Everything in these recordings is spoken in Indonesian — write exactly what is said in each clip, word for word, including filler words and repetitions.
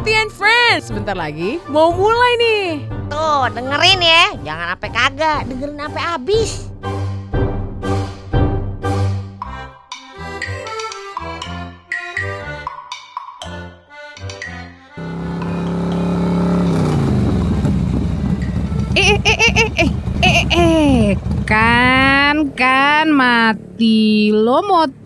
Eti and Friends. Sebentar lagi mau mulai nih. Tuh, dengerin ya. Jangan sampai kagak, dengerin sampai habis. Eh, eh, eh, eh, eh, eh, eh, kan, kan mati lo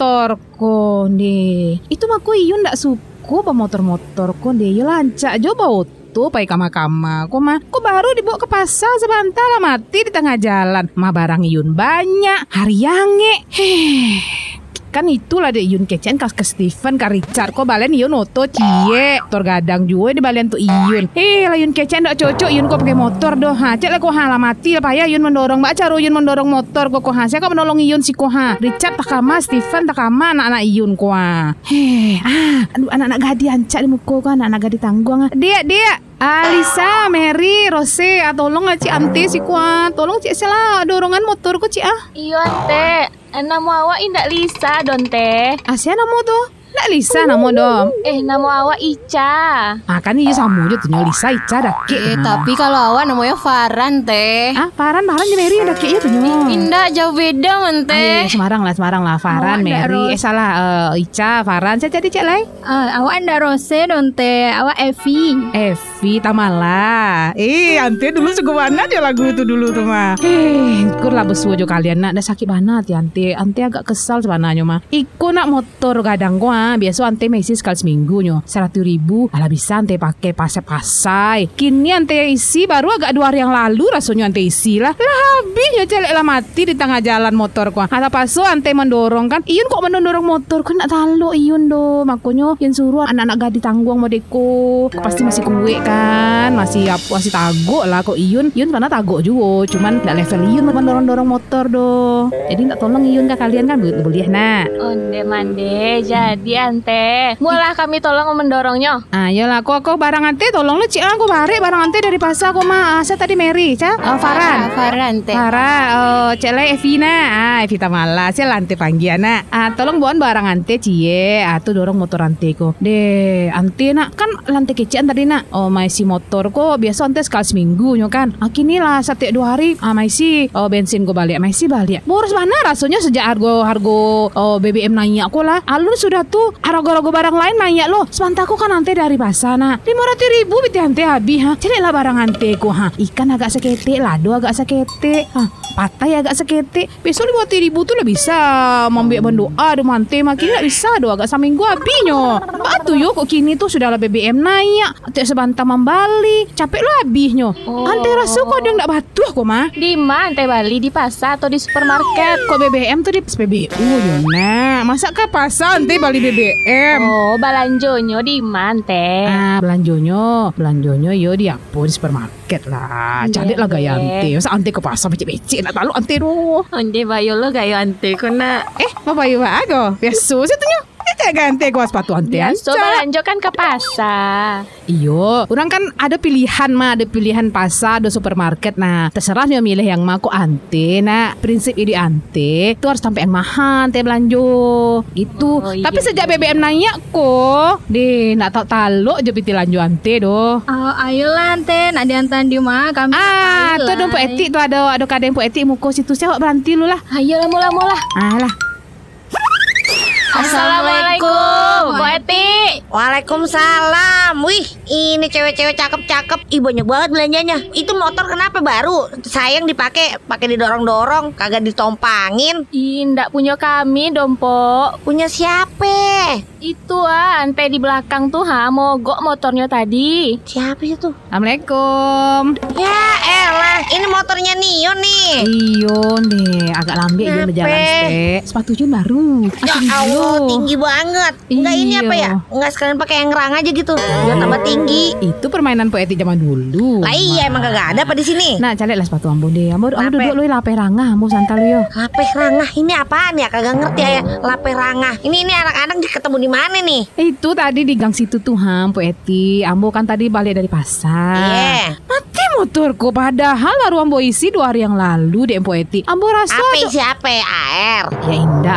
motorku nih. Itu mah ku Iyun ndak suku pa motor-motorku deh. Yo lancak coba tuh pai kama-kama. Kok mah, kok baru dibawa ke pasar sebentar lah mati di tengah jalan. Mah barang Iyun banyak, hariange. Heh. Kan itulah deh Iyun kecen kas ke Steven ke Richard. Kok balen Iyun oto cie motor gadang juga di balen tuh Iyun. Eh lah Iyun kecen ndak cocok Iyun kok pakai motor doh. Ha cek lah kok halah mati lah payah Iyun mendorong mbak caro Iyun mendorong motor kok ha. Saya kok menolong Iyun si kok ha. Richard takama Steven takama anak-anak Iyun kok ha. Heh ah aduh anak-anak gadi ancak di muka kok anak-anak gadi tangguang. Dia dia Alisa, Mary, Rose, ah, tolong lah Cik Ante si kuat. Tolong Cik Sela dorongan motorku Cik ah. Iya Ante, nama awak indak Lisa don Teh. Asia nama tuh. Nggak Lisa nama dong. Eh nama awak Ica. Ah kan iya sama aja tuh Lisa Ica dake. Eh tapi kalau awak namanya Farhan Teh. Ah Farhan Farhan di Mary dake ya tuh nyo. Indah jauh beda Ah, menteh. Semarang lah Semarang lah Farhan Mary. Eh salah uh, Ica Farhan saya jadi Cik Lai. Uh, awak anda Rose don Teh. Awak Evi. Evi Tamala. Eh Ante dulu suka mana dia lagu itu dulu tuh mah. Eh kur lah besu aja kalian nak dah sakit banget ya Ante. Ante agak kesal sebenarnya mah. Iku nak motor gadang gua biasa Ante mesti sekali seminggu nyo seratus ribu. Alah bisa Ante pakai pasai-pasai. Kini Ante isi baru agak dua hari yang lalu rasanya Ante isi lah. Lah habis ya celek lah mati di tengah jalan motor gua. Alah paso Ante mendorong kan. Iyun kok mendorong motor kan nak talo Iyun do. Makanya Iyun suruh anak-anak gadi tangguang modeko. Pasti masih kue kan. Masih apa masih tagok lah kok Iyun. Iyun karena tagok juga. Cuman ndak level Iyun mendorong-dorong motor do. Jadi tak tolong Iyun ke kalian kan boleh nak. Onde mande jadi Ante. Mulah kami tolong mendorongnya. Ah yalah kok aku barang Ante tolong lu Cik aku barek barang Ante dari pasar kok mah. Saya tadi Mary, Cak. Oh, Farhan. Farhan Teh. Farah, oh, Cik Lai Evina. Ah, Evita Mala. Saya Ante panggilan nak. Ah, tolong bawa barang Ante cie. Ah, tuh dorong motor Ante ko. Deh, Ante nak kan lantai kecian tadi nak. Oh, masih motor kok biasa Ante sekali seminggu nyo kan. Ah, kini lah setiap dua hari. Ah, masih oh bensin ko balik. Masih balik. Boros mana rasanya sejak harga harga oh B B M naik kok lah. Alun sudah tuh harga-harga barang lain naik loh. Sepantaku kan Ante dari pasar nak. lima ratus ribu biti Ante habis ha. Cari lah barang Ante ko ha. Ikan agak seketik, lado agak seketik. Ha, patai agak seketik. Besok lima ratus ribu tuh lah bisa membiak berdoa do Ante makin tak bisa do agak seminggu habisnya. Batu yo kok kini tuh sudah lah B B M naik. Ante sebantar membali. Capek lo habisnya. Oh. Ante rasa kok dia enggak batu kok mah. Di mana Ante Bali di pasar atau di supermarket? Kok B B M tuh di P B U yo nak. Masa ke pasar Ante bali B B M? Oh, balanjonyo di mana Teh? Ah, belanjonyo, belanjonyo yo di apa di supermarket lah. Cadek lah gaya Ante. Masa Ante ke pasar becek-becek nak talu Ante doh. Onde bayo lo gaya Ante ko nak. Eh, apa yo ago? Biasa situnya. Cek ganti gua sepatu Ante. So balanjo kan ke pasar. Iyo, orang kan ada pilihan mah, ada pilihan pasar, ada supermarket. Nah, terserah dia milih yang mah kok Ante. Nah, prinsip ini Ante, itu harus sampai yang mahal Ante belanjo. Gitu. Oh, iya, Tapi sejak B B M naik kok, deh nak tak taluk je piti lanjo Ante doh. Oh, ayolah Ante, nak diantar di rumah kami. Ah, tu ada poetik tu ada ada kadang poetik muka situ saya awak berhenti lu lah. Ayolah mula-mula. Alah. Assalamualaikum, Bu Eti. Waalaikumsalam. Wih, ini cewek-cewek cakep-cakep. Ih, banyak banget belanjanya. Itu motor kenapa baru? Sayang dipakai, pakai didorong-dorong, kagak ditompangin. Ih, ndak punya kami dompo. Punya siapa? Itu ah, Ante di belakang tuh ha, mogok motornya tadi. Siapa sih tuh? Assalamualaikum. Ya elah, ini motornya Nio nih. Iyo deh, agak lambe dia Kenapa? berjalan stek. Sepatunya baru. Ya Allah, tinggi banget. Enggak ini Iya. apa ya? Enggak sekalian pakai yang ngerang aja gitu. Biar tambah tinggi. Itu permainan poetik zaman dulu. Lah iya, emang kagak ada apa di sini? Nah, cari lah sepatu ambo deh. Ambo, ambo Lape. duduk lu lape rangah, ambo santai lu yo. Lape rangah, ini apaan ya? Kagak ngerti ya, lape rangah. Ini ini anak-anak ketemu di mana nih? Itu tadi di gang situ tuh ham poetik. Ambo kan tadi balik dari pasar. Iya. Mati motorku padahal baru ambo isi dua hari yang lalu deh poetik. Ambo rasa Apa tuh- siapa? A R. ya indah lah poetik.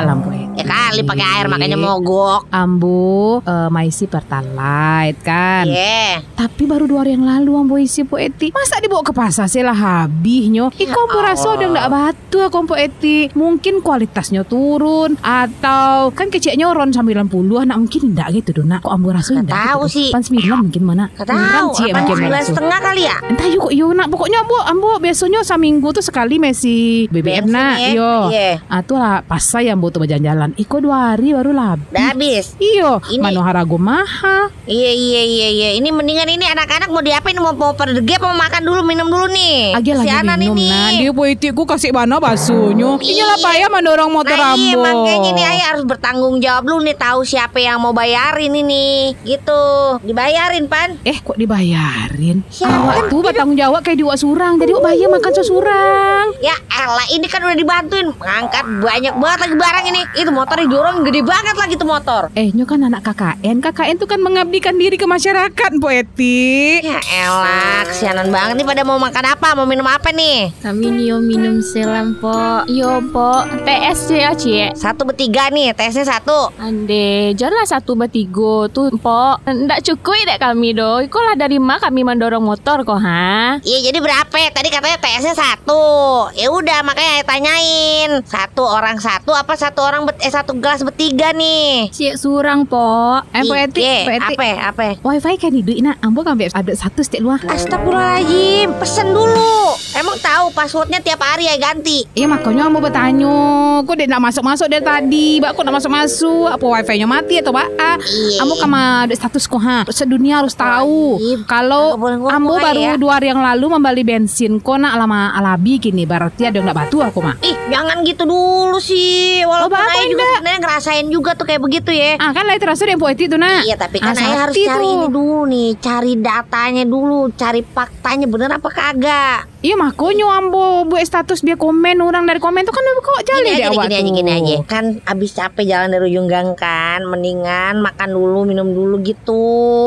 Ya kali pakai air makanya mogok. Ambo uh, maisi pertalite kan. Iya. Tapi baru dua hari yang lalu ambo isi Po Eti. Masa dibawa ke pasar sih lah habisnya. Iko ambo rasa udah nggak batu aku Po Eti. Mungkin kualitasnya turun atau kan keceknya ron sembilan puluh anak mungkin enggak gitu dona. Kok ambo rasa enggak tahu gitu. sih. Pan sembilan mungkin mana? Kata tahu. Sembilan setengah kali ya. Entah yuk yo nak pokoknya ambo ambo biasanya seminggu tuh sekali mesi B B M nak yo. Iya. Atuh lah pasai ambo tuh berjalan-jalan. Iko dua hari baru labis. Udah habis. Iyo, Ini- mano harago mahal. Iya iya iya iya. Ini mendingan ini anak-anak mau diapain? Mau mau perdege apa mau makan dulu minum dulu nih? Agi lagi Kesianan minum ini. nah. Dia poetiku kasih mana basuhnya. Ini lah payah mendorong motor Nah iya ambo. makanya nih ayah harus bertanggung jawab dulu nih, tahu siapa yang mau bayarin ini. Gitu. Dibayarin Pan. Eh kok dibayarin? Siapa? Awak tuh bertanggung jawab kayak diwak surang. Jadi wak bayar makan sesurang. Ya elah ini kan udah dibantuin ngangkat banyak banget lagi barang ini. Itu motor didorong gede banget lagi tuh motor. Eh nyo kan anak K K N. K K N tuh kan mengabdikan diri ke masyarakat poeti. Ya elah kesianan banget nih, pada mau makan apa? Mau minum apa nih? Kami nio minum selam po. Yo po, T S ya cie. Satu bertiga nih, tesnya satu. Ande, janganlah satu bertiga tuh po. Ndak cukup dek kami do. Iko lah dari mak kami mendorong motor kok ha. Iya jadi berapa? Tadi katanya tesnya satu. Ya udah makanya tanyain. Satu orang satu apa satu orang bet, eh satu gelas bertiga nih? Si surang po. Eh poeti, Ih, poeti. Apa? Apa? Wifi kan hidup nak. Ambo kan ada satu setiap luar. Astagfirullahaladzim, pesen dulu. Emang tahu passwordnya tiap hari ya ganti. Iya makanya ambo bertanya. Kok dia nak masuk-masuk dari tadi? Bak kok nak masuk-masuk? Apa wifi-nya mati atau bak? Iya. Ambo kama ada status kok ha. Sedunia harus tahu. Iya. Kalau Nggak boleh ngomong ambo aja baru ya. dua hari yang lalu membeli bensin kok nak lama alabi kini berarti ada yang nak batu aku mah. Ih, jangan gitu dulu sih. Walaupun Oh, apa ayah juga enggak? sebenarnya ngerasain juga tuh kayak begitu ya. Ah kan lah terasa yang poeti itu nak. Iya, tapi kan Ah, ayah harus sakti cari tuh. ini dulu nih, cari datanya dulu, cari faktanya bener apa kagak. Iya makanya ambo buat status biar komen orang dari komen tuh kan kok Gini jali deh aja, awak gini aja, tuh. gini aja. Kan abis capek jalan dari ujung gang kan, mendingan makan dulu, minum dulu gitu.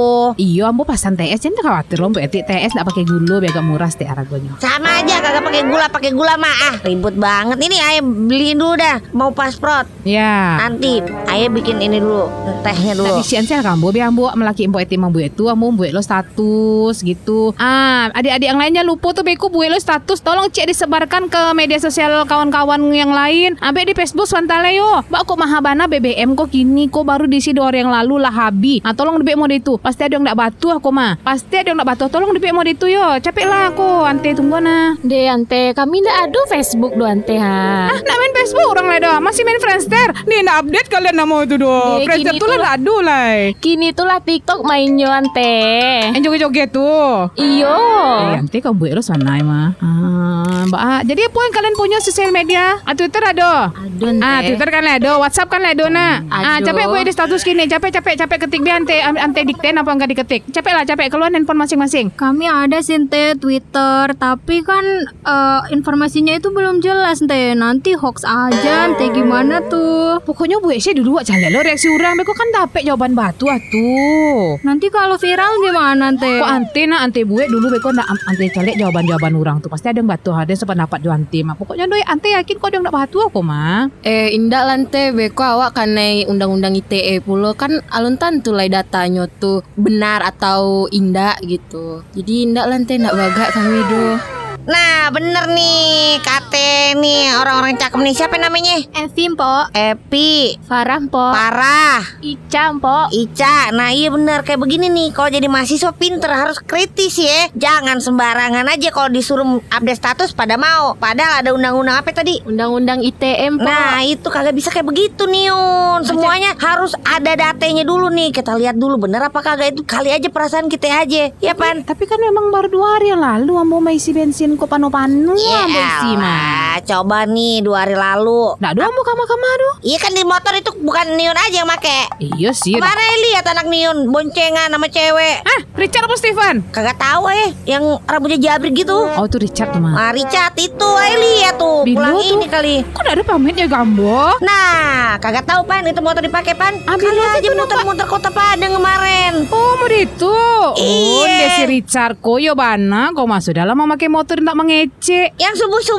Iya ambo pasan T S jangan khawatir loh poeti T S nggak pakai gula biar agak murah setiap harganya. Sama aja kagak pakai gula, pakai gula mah ah ribut banget. Ini ayah beliin dulu dah, mau pasprot. Ya. Nanti ayah bikin ini dulu, tehnya Nah, dulu. bisian sih kambo biar ambo melaki empo eti mambu itu ambo buat lo status gitu. Ah, adik-adik yang lainnya lupa tuh beku buat lo status. Tolong cek disebarkan ke media sosial kawan-kawan yang lain. Abe di Facebook swantale yo. Mbak kok mahabana B B M kok kini kok baru diisi dua hari yang lalu lah habi. Ah tolong dibek mode itu. Pasti ada yang ndak batu aku mah. Pasti ada yang ndak batu. Tolong dibek mode itu yo. Capek lah aku. Ante tunggu nah. De ante, kami ndak adu Facebook do ante ha. Ah, nak main Facebook orang lah dah. Masih main Friendster. Nih nak update kalian nama itu doh. Eh, Friendster gini tuh lah tuh ndak adu lah. Kini tuh lah TikTok mainnya ante. Yang joget-joget tuh. Iyo. Eh, nanti kau buat lo sana mah. Ah, mbak. Ah, jadi apa yang kalian punya sosial media? Ah, Twitter ada. Adon Ah, teh. Twitter kan ada, WhatsApp kan ada nak. Ah, Aduh. capek buat di status gini, capek capek capek ketik biar ante ante dikten apa enggak diketik. Capek lah, capek keluar handphone masing-masing. Kami ada sinte Twitter, tapi kan eh, informasinya itu belum jelas teh. Nanti hoax aja, teh gimana tuh? Pokoknya buat sih dulu wak cale lo reaksi orang, beko kan dapet jawaban batu atuh. Nanti kalau viral gimana teh? Kok ante nak ante buat dulu beko ndak ante cale jawaban-jawaban orang tuh pasti ada yang batu ada sependapat jo ante mah. Pokoknya doi ante yakin kok dia ndak batu aku mah. Eh indah lante beko awak kanai undang-undang I T E pulo kan alun tantu lai datanya tuh benar atau indah gitu. Jadi indah lante ndak bagak kami do. Nah bener nih kate nih orang-orang cakep nih. Siapa namanya? Evi po. Epi, Farah po. Parah, Ica po. Ica. Nah iya bener kayak begini nih. Kalau jadi mahasiswa pinter harus kritis ya. Jangan sembarangan aja kalau disuruh update status pada mau. Padahal ada undang-undang apa tadi? Undang-undang I T M po. Nah itu kagak bisa kayak begitu nih Yun. Semuanya harus ada datanya dulu nih. Kita lihat dulu bener apa kagak. Itu kali aja perasaan kita aja. Ya Pan? Tapi kan memang baru dua hari yang lalu ambo mau isi bensin kok panu-panu Ya ambo isi mah. elah, coba nih dua hari lalu. Ndak do ambo kama-kama do. Iya kan di motor itu bukan Niun aja yang make. Iya sih. Kemarin lihat anak Niun boncengan sama cewek. Ah, Richard apa Steven? Kagak tahu eh yang rambutnya jabrik gitu. Oh itu Richard tuh mah. Ah, Richard itu eh lihat tuh Bilo pulang tuh. ini kali. Kok gak ada pamitnya Gambo? Nah, kagak tahu Pan itu motor dipakai Pan. Ah, Kali Bilo aja tuh muter-muter kota Padang kemarin. Oh mau itu. Oh Iya. dia si Richard ko yo bana kok masuk dalam mau pakai motor tidak mengecek. Yang subuh-subuh. Ah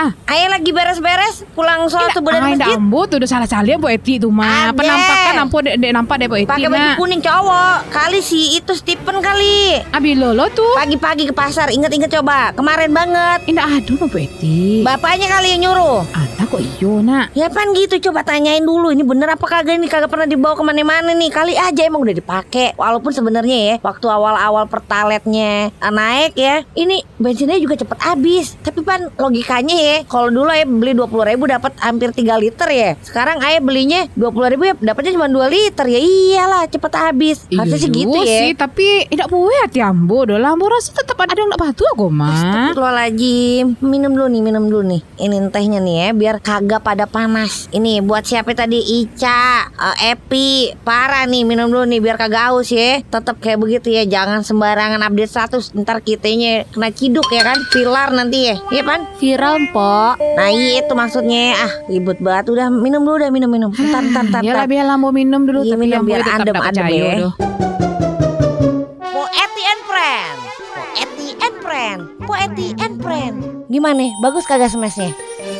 Ayah lagi beres-beres pulang sholat subuh dari Ay, masjid. ambo tuh udah salah salah Bu Eti tuh mah. Ade. Penampakan ampo dek dek nampak dek Bu Eti Pakai baju nak. kuning cowok. Kali si itu Stephen kali. Abi Lolo tuh. Pagi-pagi ke pasar, inget-inget coba. Kemarin banget. Indah aduh no Bu Eti. Bapaknya kali yang nyuruh. Anda kok iyo nak. Ya pan gitu, coba tanyain dulu. Ini bener apa kagak, ini kagak pernah dibawa kemana-mana nih. Kali aja emang udah dipakai. Walaupun sebenarnya ya, waktu awal-awal pertaletnya naik ya, ini bensinnya juga cepet habis. Tapi pan logikanya ya, kalau dulu ya beli dua puluh ribu dapat hampir tiga liter ya. Sekarang ayah belinya dua puluh ribu ya dapatnya cuma dua liter. Ya iyalah cepet habis. Harusnya sih gitu ya. sih, tapi tidak puas ya ambo. Doh lah ambo rasa tetap ada yang nak batu aku mah. Astagfirullahaladzim. Minum dulu nih, minum dulu nih. Ini tehnya nih ya, biar kagak pada panas. Ini buat siapa tadi? Ica, uh, Epi, parah nih, minum dulu nih biar kagak haus ya. Tetap kayak begitu ya, jangan sembarangan update status. Ntar kitanya kena ciduk ya kan, pilar nanti ya. Iya pan? Viral, Mpok. Nah iya itu maksudnya. Ah ribut banget. Udah minum dulu, udah minum minum. Ntar ntar ntar. Ya lah ntar. biar ambo minum dulu. Iya, tapi minum ambo biar tetap adem, tak adem percaya, ya. doh. Po Eti and Friend. Po Eti and Friend. Po Eti and Friend. Gimana? Bagus kagak smashnya?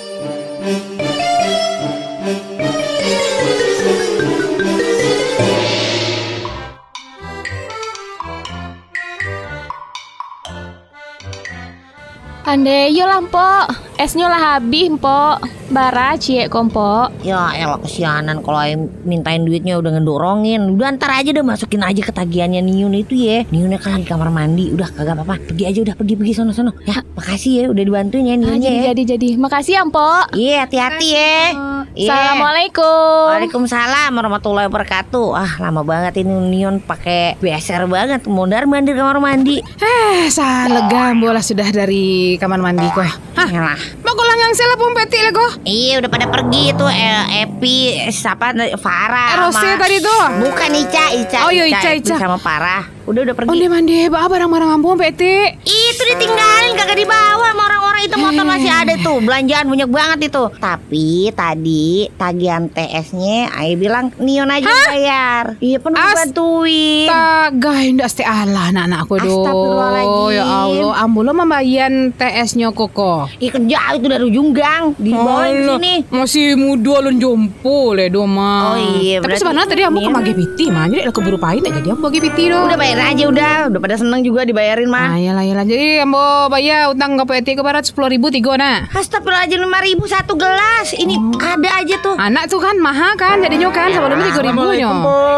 Ande, yo lah Mpok. Esnya lah habis Mpok. Bara cie kompok. Ya elah kesianan kalau Aim mintain duitnya udah ngedorongin. Udah ntar aja deh masukin aja ketagihannya Niun itu ya. Niunnya kan di kamar mandi. Udah kagak apa-apa. Pergi aja udah pergi-pergi sono-sono. Ya makasih ya udah dibantuin ya Ah, Niunnya jadi ya. jadi jadi. Makasih ya Mpok. Iya hati-hati ya. Iya. Assalamualaikum. Waalaikumsalam warahmatullahi wabarakatuh. Ah lama banget ini Niun pakai beser banget. Mondar mandir kamar mandi. Eh, salega bola sudah dari kamar mandi kok. Hah? Yalah. Mau kau langang sela pun peti lego. Iya udah pada pergi tuh eh, Epi, eh, siapa Farah. Eh, Rose sama- tadi tuh. Bukan Ica, Ica. Oh, iya, Ica, Epi Ica. sama Farah. Udah udah pergi. Onde mande bawa barang-barang ambo peti. Itu ditinggalin kagak dibawa sama orang-orang itu, motor masih ada tuh, belanjaan banyak banget itu. Tapi tadi tagihan T S-nya Ai bilang Nion aja yang bayar. Iya penuh As- bantuin. Taga indah sti Allah anak-anakku do. Astagfirullahaladzim. Ya Allah, ambo lo membayan T S-nya koko. Ih kerja itu dari ujung gang dibawain Alah, sini. masih muda lon jompo le do mah. Oh iya, Tapi berarti sebenarnya tadi ambo ini- ke bagi piti mah, jadi keburu pahit aja jadi ambo bagi piti do. Udah bayar aja udah, udah pada seneng juga dibayarin mah. Ah, yalah yalah. Jadi ambo bayar utang ke peti ke barat sepuluh ribu tiga nah. Astagfirullahaladzim lima ribu satu gelas. Ini ada aja tuh. Anak tuh kan mahal kan jadinya kan sebelumnya tiga ribu nya.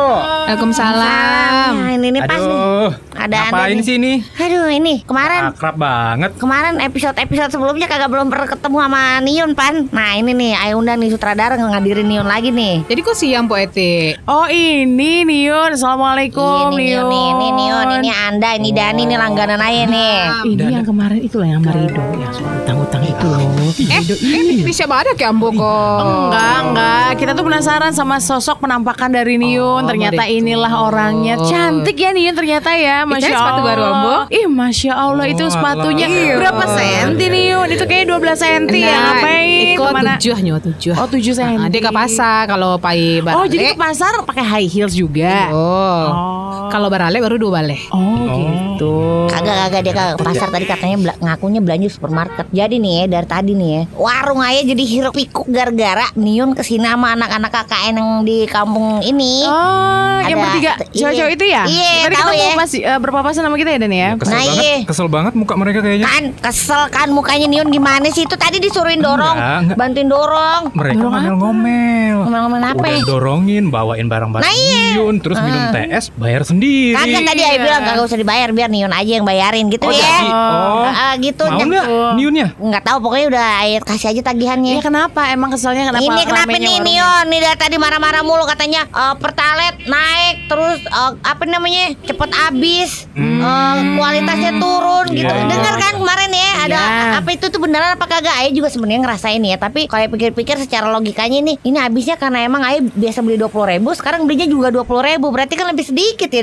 Waalaikumsalam. Nah, ini nih pas nih. Aduh, Ada anda ngapain nih. sih ini? Aduh ini kemarin Akrab banget. Kemarin episode-episode sebelumnya kagak belum pernah ketemu sama Nion pan. Nah ini nih Ayo undang nih sutradara ngadirin Nion lagi nih. Jadi kok siang po Eti? Oh ini Nion, assalamualaikum Iya nih Nion nih, ini Nion, ini Anda, ini Dani, ini langganan Ayo nih. Ini yang kemarin itu lah yang Marido yang soal utang-utang itu loh. Eh, ini bisa ada ke ambo kok. Enggak, enggak. Kita tuh penasaran sama sosok penampakan dari Nion. Oh, Ternyata begitu. inilah orangnya. Cantik ya Nion ternyata ya. Masya Eh, Allah. sepatu baru, Ambo? Ih, Masya Allah itu Oh, sepatunya. alah. Berapa senti Nion? Itu kayak dua belas senti ya. Ngapain? Iko Kemana? tujuh nyo tujuh. Oh tujuh senti. Nah, dia ke pasar kalau pai barale. Oh jadi ke pasar pakai high heels juga. Oh. Oh. Kalau barale baru dua bale. Oh gitu. Kagak kagak dia kagak ke pasar tadi katanya bela- ngakunya belanja supermarket. Jadi nih ya dari tadi nih ya warung Ayo jadi hiruk pikuk gara-gara Nion kesini sama anak-anak K K N yang di kampung ini. Oh, yang Ada- bertiga iya. cewek-cewek itu ya? Iya, Tadi tahu ketemu ya. masih uh, berpapasan sama kita ya Dan ya? Kesel Nah, banget, iya. kesel banget muka mereka kayaknya. Kan kesel kan mukanya Nion gimana sih itu tadi disuruhin dorong, Enggak, enggak. bantuin dorong. Mereka Dorong apa? ngomel-ngomel. Ngomel-ngomel apa Udah ya? dorongin, bawain barang-barang Nah, iya. Niun, terus minum T S, bayar sendiri. Kagak tadi Ayo bilang kagak usah dibayar biar Nion aja yang bayarin gitu Oh, ya. jadi, oh, Ah, gitu mau nggak Niunnya? Nggak tahu pokoknya udah Ayo kasih aja tagihannya. Iya kenapa? Emang keselnya kenapa? Ini kenapa ramenya nih warungnya? Nion? Nih dari tadi marah-marah mulu katanya eh, pertalet naik terus eh, apa namanya cepet habis, eh, kualitasnya turun gitu. Iya. Dengar kan kemarin ya ada Iya. apa itu tuh beneran apa kagak? Ayo juga sebenarnya ngerasain ya. Tapi kalau pikir-pikir secara logikanya nih ini habisnya karena emang Ayo biasa beli dua puluh ribu, sekarang belinya juga dua puluh ribu. Berarti kan lebih sedikit ya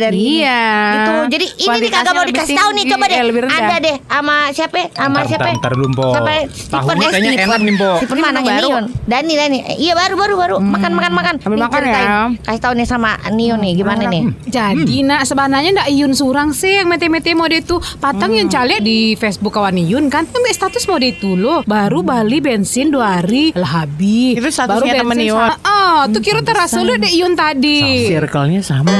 dari ini. Iya. Gitu. Jadi ini nih Kuantitasnya kagak mau lebih dikasih tahu nih, tinggi, coba deh. eh, lebih rendah. Ada deh sama siapa? Sama Ntar, siapa? ntar, ntar dulu, Mpo. Sampai Tahunya kayaknya enak nih, Mpo. Stephen Ini mana menu baru. Nion? Dani Dani. Eh, iya baru baru baru. Makan makan makan. Sambil Nih, makan ceritain. ya. Kasih tahu nih sama Nion nih gimana nih? Jadi nak sebenarnya ndak Iyun surang sih yang mete-mete mode itu. Patang Yun calik di Facebook kawan Iyun kan. Ambil status mode itu loh. Baru bali bensin dua hari lah habis. Itu statusnya temen Iyun. Ah, tuh kira terasa lu dek Iyun tadi. Circle-nya sama.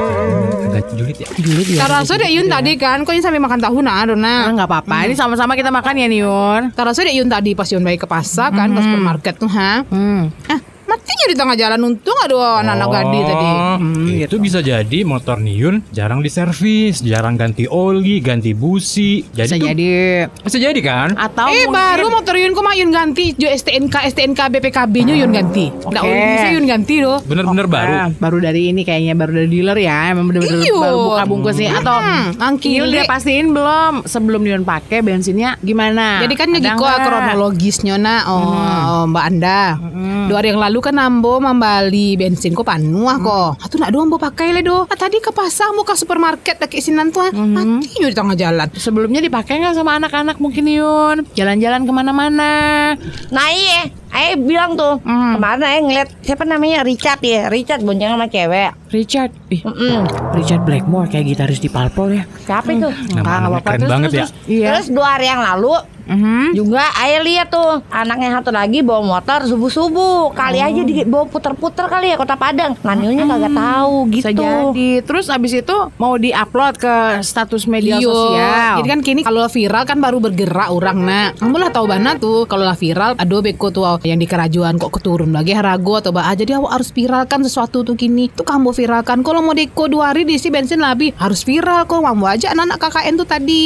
Agak julid ya. Julid ya. Terasa dek Iyun tadi kan. Kok Yun sampai makan tahu nah, Dona. Ah, nggak apa-apa. Ini sama-sama kita makan ya, Nion. Terasa dek Yun tadi pas Yun baik ke pasar kan, ke supermarket tuh, ha. Hmm. Ah, matinya di tengah jalan, untung ada anak-anak gadi tadi. Hmm, itu bisa jadi motor Niun jarang diservis, jarang ganti oli, ganti busi. Jadi Bisa tuh- jadi. bisa jadi kan? Atau eh mungkin- baru motor Yun kok mah Yun ganti jo S T N K S T N K B P K B-nya Yun ganti. Nggak Oke. bisa Yun ganti loh. Bener-bener baru. Ah, baru dari ini kayaknya, baru dari dealer ya. Memang bener-bener Iyo. baru buka bungkus nih. Atau Hmm, angki. Nion udah pastiin belum sebelum Nion pakai bensinnya gimana? Jadi kan Ada gitu nggak? kronologisnya na oh, oh, Mbak Anda. Dua hari yang lalu kan Ambo membali bensin kok panuh ah kok. Atuh nak doang Ambo pakai le do. Ah, tadi ke pasar mau ke supermarket tak sinan tuh. Mati di tengah jalan. Sebelumnya dipakai nggak sama anak-anak mungkin Nion? Jalan-jalan kemana-mana. Nah iya, Ayo bilang tuh kemarin Ayo ngeliat siapa namanya Richard ya, Richard boncengan sama cewek. Richard, ih, Mm-mm. Richard Blackmore kayak gitaris di Pulpol ya. Siapa itu? Nama-nama keren Terus, banget terus, ya. terus. Iya. Terus dua hari yang lalu Mhm. juga Ayo lihat tuh anaknya satu lagi bawa motor subuh-subuh. Kali aja dibawa puter-puter kali ya Kota Padang. Nah Nionya kagak tahu gitu. Bisa jadi. Terus abis itu mau diupload ke status media Iyo. sosial. Jadi kan kini kalau viral kan baru bergerak orang nak. Kamu lah tahu bana tuh kalau lah viral aduh beko tuh yang di kerajuan kok keturun lagi harago atau bah jadi awak harus viralkan sesuatu tuh kini. Tuh kamu viralkan kalau mau deko dua hari diisi bensin lebih harus viral kok. Kamu aja anak-anak K K N tuh tadi.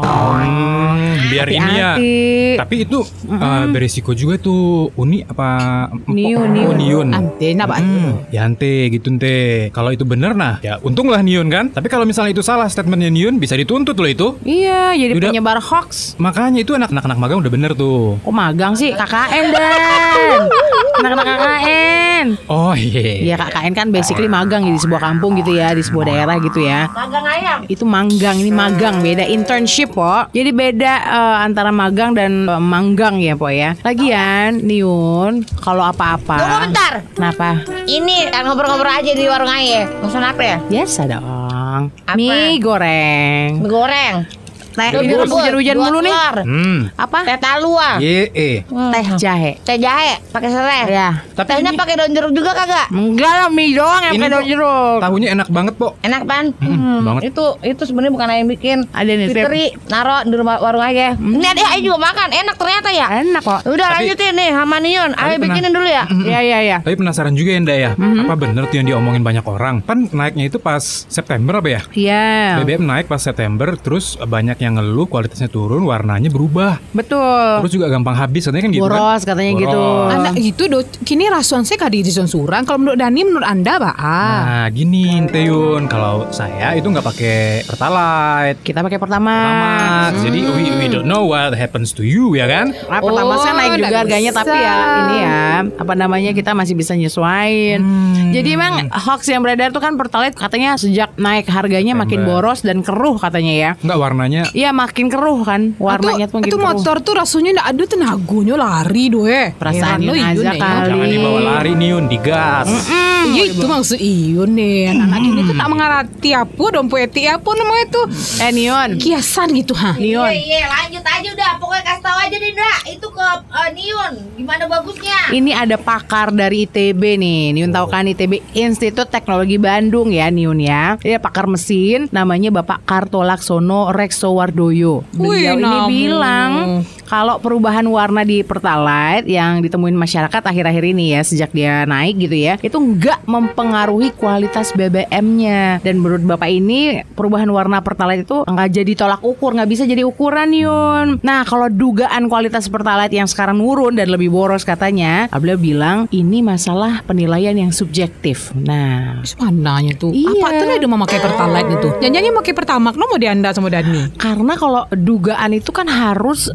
Hmm, biar ini ya. Hati-hati. Tapi itu eh, berisiko juga tuh Uni apa Niun, Oh, Niun. Ante nak bah. Hmm, ya ante gitu ente. Kalau itu bener nah, ya untunglah Niun kan. Tapi kalau misalnya itu salah statementnya Niun bisa dituntut loh itu. Iya, jadi Udah. penyebar hoax. Makanya itu anak anak magang udah bener tuh. Kok magang sih? K K N dan anak-anak K K N. Oh iya. Iya K K N kan basically magang ya di sebuah kampung gitu ya, di sebuah daerah gitu ya. Magang ayam. Itu manggang, ini magang beda internship kok. Jadi beda eh, antara magang dan eh, manggang ya po ya. Lagian Niun kalau apa-apa. Tunggu bentar. Kenapa? Ini kan ngobrol-ngobrol aja di warung Ayo. Pesan apa ya? Biasa dong. Apa? Mie goreng. Mie goreng. Teh Dua ini bubur, hujan-hujan dua mulu nih. telur. Hmm. Apa? Teh talua. Ye eh. Hmm. Teh jahe. Teh jahe pakai serai. Ya. Tapi Tehnya ini pakai daun jeruk juga kagak? Enggak lah mie doang yang Ini pakai daun kok jeruk. tahunya enak banget, Po. Enak pan? Hmm, banget. Itu itu sebenarnya bukan Ayo yang bikin. Ada nih, Sip. Fitri naro di rumah warung Ayo. Ini ada Ayo juga makan. Enak ternyata ya. Enak kok. Udah Tapi- lanjutin nih sama Nion. Ayo pernah- bikinin dulu ya. Iya iya iya. Tapi penasaran juga ya, Nda ya. Apa bener tuh yang diomongin banyak orang? Kan naiknya itu pas September apa ya? Iya. B B M naik pas September, terus banyak yang ngeluh kualitasnya turun, warnanya berubah. Betul. Terus juga gampang habis, katanya kan gitu kan? Boros katanya Boros. gitu. Anak gitu do. Kini rasuan saya kadi di surang. Kalau menurut Dani menurut Anda bah. Nah gini Teyun, kalau saya itu nggak pakai Pertalite, Kita pakai pertama. Pertamax. Jadi we, we don't know what happens to you ya kan? Nah, pertama Oh, kan naik juga nggak harganya bisa. tapi ya ini ya apa namanya kita masih bisa nyesuaiin. Jadi emang hoax yang beredar tuh kan Pertalite katanya sejak naik harganya makin September. boros dan keruh katanya ya. Nggak warnanya. Iya makin keruh kan warnanya tuh makin itu keruh. motor tuh rasanya ndak ada tenagonya lari doe. Perasaan Heran lo, Yun Iyun aja deh, kali. ya. Jangan dibawa lari Niun, digas. Iya itu maksud Iyun nih. Anak-anak ini tuh tak mengerti apa dompeti apa namanya tuh. Eh Nion, Kiasan gitu ha. Nion. Iya, iya, lanjut aja udah. Pokoknya kasih tahu aja deh, Ndra. Itu ke eh, Nion. Gimana bagusnya? Ini ada pakar dari I T B nih. Niun tahu kan I T B Institut Teknologi Bandung ya Niun ya. Dia pakar mesin namanya Bapak Kartolaksono Reksowardoyo. Beliau Wih, ini namu. bilang kalau perubahan warna di Pertalite yang ditemuin masyarakat akhir-akhir ini ya sejak dia naik gitu ya, itu nggak mempengaruhi kualitas B B M-nya. Dan menurut Bapak ini perubahan warna Pertalite itu nggak jadi tolak ukur, nggak bisa jadi ukuran Yun. Nah kalau dugaan kualitas Pertalite yang sekarang nurun dan lebih boros katanya, beliau bilang ini masalah penilaian yang subjektif. Nah Sebenarnya tuh Iya. apa tuh udah mau pakai Pertalite itu. Jangan-jangan pakai Pertamax no mau di Anda sama Dani. karena kalau dugaan itu kan harus eh,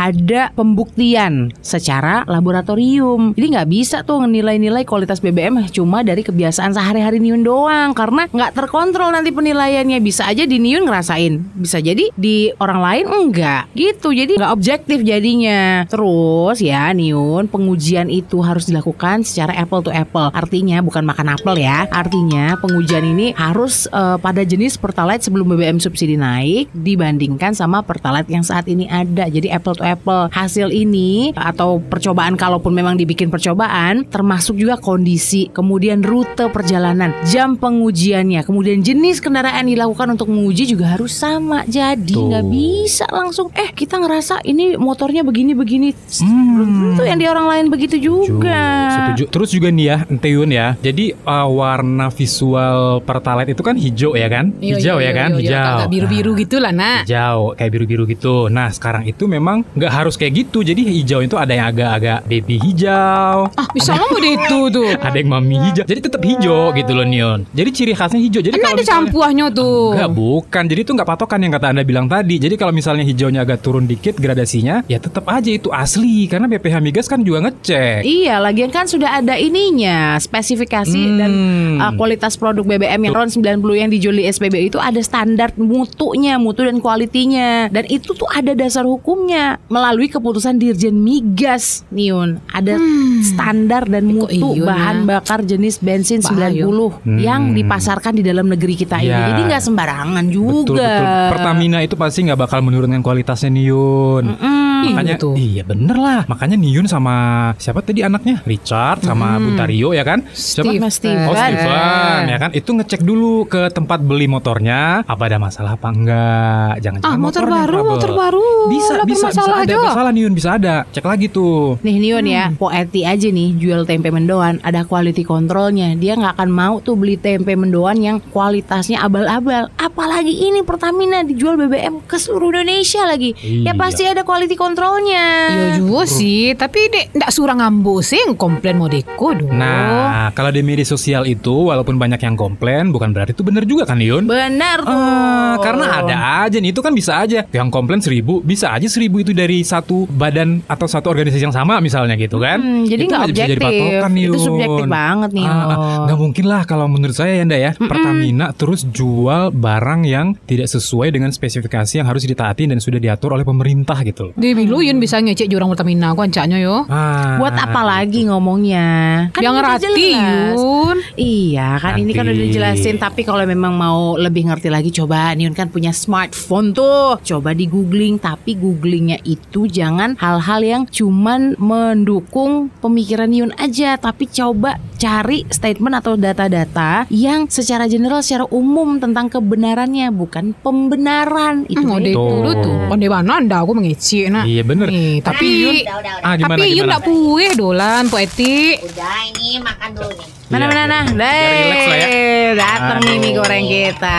ada pembuktian secara laboratorium. Jadi nggak bisa tuh nilai-nilai kualitas B B M cuma dari kebiasaan sehari-hari Niun doang, karena nggak terkontrol nanti penilaiannya. Bisa aja di Niun ngerasain, bisa jadi di orang lain enggak gitu. Jadi nggak objektif jadinya. Terus ya Niun, pengujian itu harus dilakukan secara apple to apple. Artinya bukan makan apel ya. Artinya pengujian ini harus uh, pada jenis Pertalite sebelum B B M subsidi naik dibandingkan sama Pertalite yang saat ini ada. Jadi apple to apple. Hasil ini atau percobaan, kalaupun memang dibikin percobaan, termasuk juga kondisi, kemudian rute perjalanan, jam pengujiannya, kemudian jenis kendaraan dilakukan untuk menguji juga harus sama. Jadi nggak bisa langsung eh kita ngerasa ini motornya begini-begini. Hmm. Itu yang di orang lain begitu juga. Setuju. Terus juga nih ya, Enteyun ya. Jadi uh, warna visual Pertalite itu kan hijau ya kan? Iya, Hijau iya, ya kan? iya, iya. Hijau. Agak biru-biru gitu lah nak. Hijau, kayak biru-biru gitu. Nah sekarang itu memang nggak harus kayak gitu. Jadi hijau itu ada yang agak-agak baby hijau. Ah bisa mau deh itu tuh. Ada yang mami hijau. Jadi tetap hijau gitu loh Nion. Jadi ciri khasnya hijau. Jadi Kan kalau ada misalnya- campuahnya tuh. Enggak, bukan. Jadi itu nggak patokan yang kata Anda bilang tadi. Jadi kalau misalnya hijaunya agak turun dikit gradasinya, ya tetap aja itu asli. Karena B P H Migas kan juga ngecek. Iya, lagian kan sudah ada ininya, spesifikasi Hmm. dan uh, kualitas produk B B M yang RON sembilan puluh yang dijual di S P B U itu ada standar mutunya, mutu dan kualitinya. Dan itu tuh ada dasar hukumnya melalui keputusan Dirjen Migas, Niun. Ada standar dan Kok mutu iya, bahan nah? bakar jenis bensin Bahaya. sembilan puluh Hmm. yang dipasarkan di dalam negeri kita ini. Ya. Jadi nggak sembarangan juga. Betul, betul. Pertamina itu pasti nggak bakal menurunkan kualitasnya Niun. Mm-mm. Makanya Iya tuh. iya bener lah. Makanya Niun sama siapa tadi anaknya? Richard sama Buntario ya kan? Siapa? Steve. Mas Steven. Oh Steven ya kan? Itu ngecek dulu ke tempat beli motornya apa ada masalah apa enggak. Jangan-jangan Ah motor motornya baru, trouble. motor baru. Bisa, Lah, bisa, bisa bermasalah ada aja. masalah Niun, bisa ada. Cek lagi tuh. Nih Nion ya, Po Eti aja nih jual tempe mendoan, ada quality controlnya. Dia nggak akan mau tuh beli tempe mendoan yang kualitasnya abal-abal. Apalagi ini Pertamina dijual B B M ke seluruh Indonesia lagi. Iya. Ya pasti ada quality controlnya. Iya juga sih, tapi dek ndak surang ambo sih komplain modeko doh. Nah, kalau di media sosial itu walaupun banyak yang komplain, bukan berarti itu benar juga kan Niun? Benar tuh. Ah, karena ada aja nih, itu kan bisa aja yang komplain seribu, bisa aja seribu itu dari satu badan atau satu organisasi yang sama misalnya gitu kan. Hmm, jadi Itu nggak bisa jadi objektif. patokan, Itu Niun. subjektif banget nih. Ah, ah, nggak mungkin lah kalau menurut saya ya Nda ya, Pertamina terus jual barang yang tidak sesuai dengan spesifikasi yang harus ditaati dan sudah diatur oleh pemerintah gitu. Dia bilang Yun bisa ngecek jurang Pertamina aku ancaknya yo. Ah, Buat apa lagi ngomongnya? Kan Yang udah ngerti jelas. Yun. Iya kan ini kan Nanti. udah dijelasin. Tapi kalau memang mau lebih ngerti lagi, coba Niun kan punya smartphone tuh, coba di googling. Tapi googlingnya itu jangan hal-hal yang cuman mendukung pemikiran Niun aja, tapi coba cari statement atau data-data yang secara general, secara umum tentang kebenarannya, bukan pembenaran. Itu Mau beda. dek Tuh. dulu tuh. Onde mana ndak aku mengecek nak. Iya bener. Eh, tapi Yun, Ah gimana tapi Yun gimana? ndak pueh dolan Po Eti. Udah ini makan dulu nih. Mana Iya, mana iya, nah, iya. Biar relax lah ya. datang nih mie goreng kita.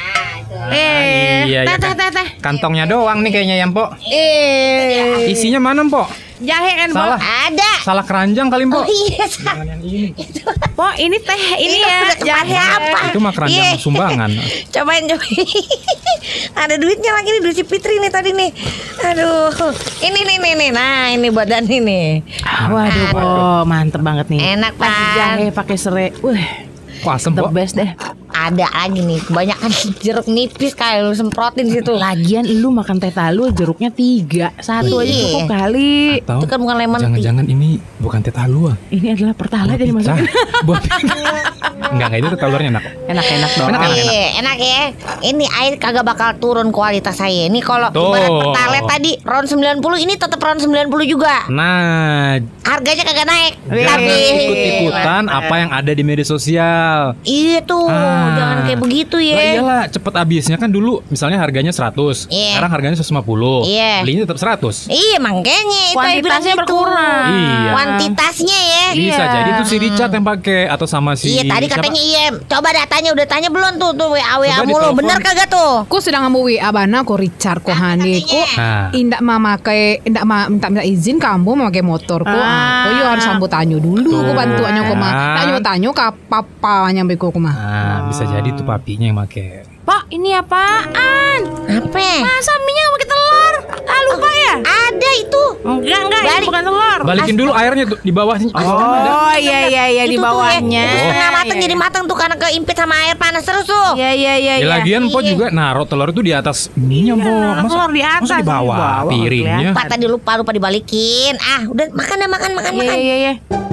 Eh, iya, teh iya, teh kan. teh teh. Kantongnya doang nih kayaknya ya, Mpok. Eh, Isinya mana, Mpok? jahe kan, Po? Salah. Ada. Salah keranjang kali, Mpok. Iya, Jangan yang ini. Po, ini teh ini ya, jahe apa? Itu mah keranjang Iya. sumbangan. cobain cobain. Ada duitnya lagi nih, duit si Fitri nih tadi nih. Aduh, ini nih nih nih. Nah, ini buat Dani nih. Waduh, Po, mantep banget nih. Enak, Pakai Pan. jahe, pakai serai. Wah, Kok asem, the Pok? best deh. Ada lagi nih, kebanyakan jeruk nipis kayak lu semprotin situ. Lagian lu makan teh talu jeruknya tiga, satu aja Iya. cukup kali. Tahu? Itu kan bukan lemon tea. Jangan-jangan ini bukan teh talu ah. Ini adalah pertalite yang Pizza. dimasukin. Buat Enggak, enggak itu teh talunya enak. Enak-enak dong. Enak, enak, enak. Iya, enak ya. Ini air kagak bakal turun kualitas saya. Ini kalau Tuh. ibarat Pertalite tadi RON sembilan puluh, ini tetap RON sembilan puluh juga. Nah, Harganya kagak naik. jangan Tapi ikut-ikutan apa yang ada di media sosial. iya tuh, Ah. jangan kayak begitu Lah ya. iyalah, cepet habisnya kan dulu misalnya harganya seratus. Iya. Sekarang harganya seratus lima puluh. Iya. Belinya tetap seratus. Iya, makanya itu saya bilang Kuantitasnya gitu. berkurang. Iya. Kuantitasnya ya. Bisa Iya. jadi tuh si Richard yang pakai atau sama si Iya, tadi siapa? katanya iya. Coba datanya udah tanya belum tuh tuh W A W A Coba mulu. ditelepon. Bener kagak tuh? Ku sedang ngambil W A bana ko Richard ko Hani ko. Nah. Indak memakai indak ma, minta minta izin kamu memakai motor ko. Ah, ko yo harus sambut tanyo dulu Tuh. ko bantuannya ko mah. Kan. Tanyo tanyo ka papa nyampe ko ko mah. Nah, bisa jadi tuh papinya yang pakai. Pak, ini apaan? Apa? Masa mie-nya nggak pakai telur? Ah lupa ya? Ada itu. Enggak enggak, Balik. itu bukan telur. Balikin dulu airnya tuh di bawahnya. Oh iya iya iya di Itu tuh ya, bawahnya. itu setengah mateng Iya, jadi iya. mateng tuh karena keimpit sama air panas terus tuh. Iya iya iya. Ya iya. lagian Po Iya. juga naruh telur itu di atas mie-nya, Po. naruh telur di atas, masa di bawah di bawah, piringnya? Pak tadi lupa lupa dibalikin. Ah, udah makan dah makan makan Iya makan. iya iya.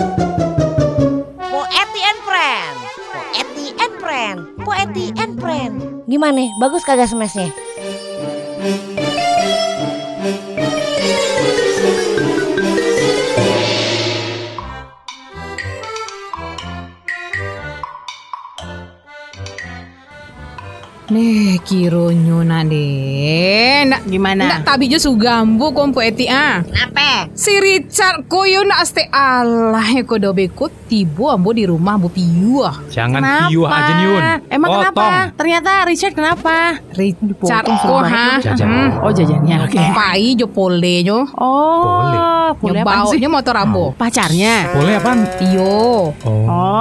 Po Eti and Friend. Po Eti and Friend. Po Eti and Friend. Gimana? Bagus kagak smashnya? Nih kironyo na deh. Ndak Gimana? ndak tabi jo sugambu kompo eti ah. Kenapa? Si Richard koyo nak aste Allah ko dobe ko tibo ambo di rumah ambo piu ah. Jangan Kenapa? piuh aja Nyun. Emang Potong. kenapa? Ternyata Richard kenapa? Richard Dipotong ko suruh ha. Jajan. Hmm. Oh jajannya. Oke. Pai jo pole nyo. Oh. Boleh. Boleh apaan sih? Nyobaunya motor ambo. Pacarnya. Boleh apaan? Tio. Oh.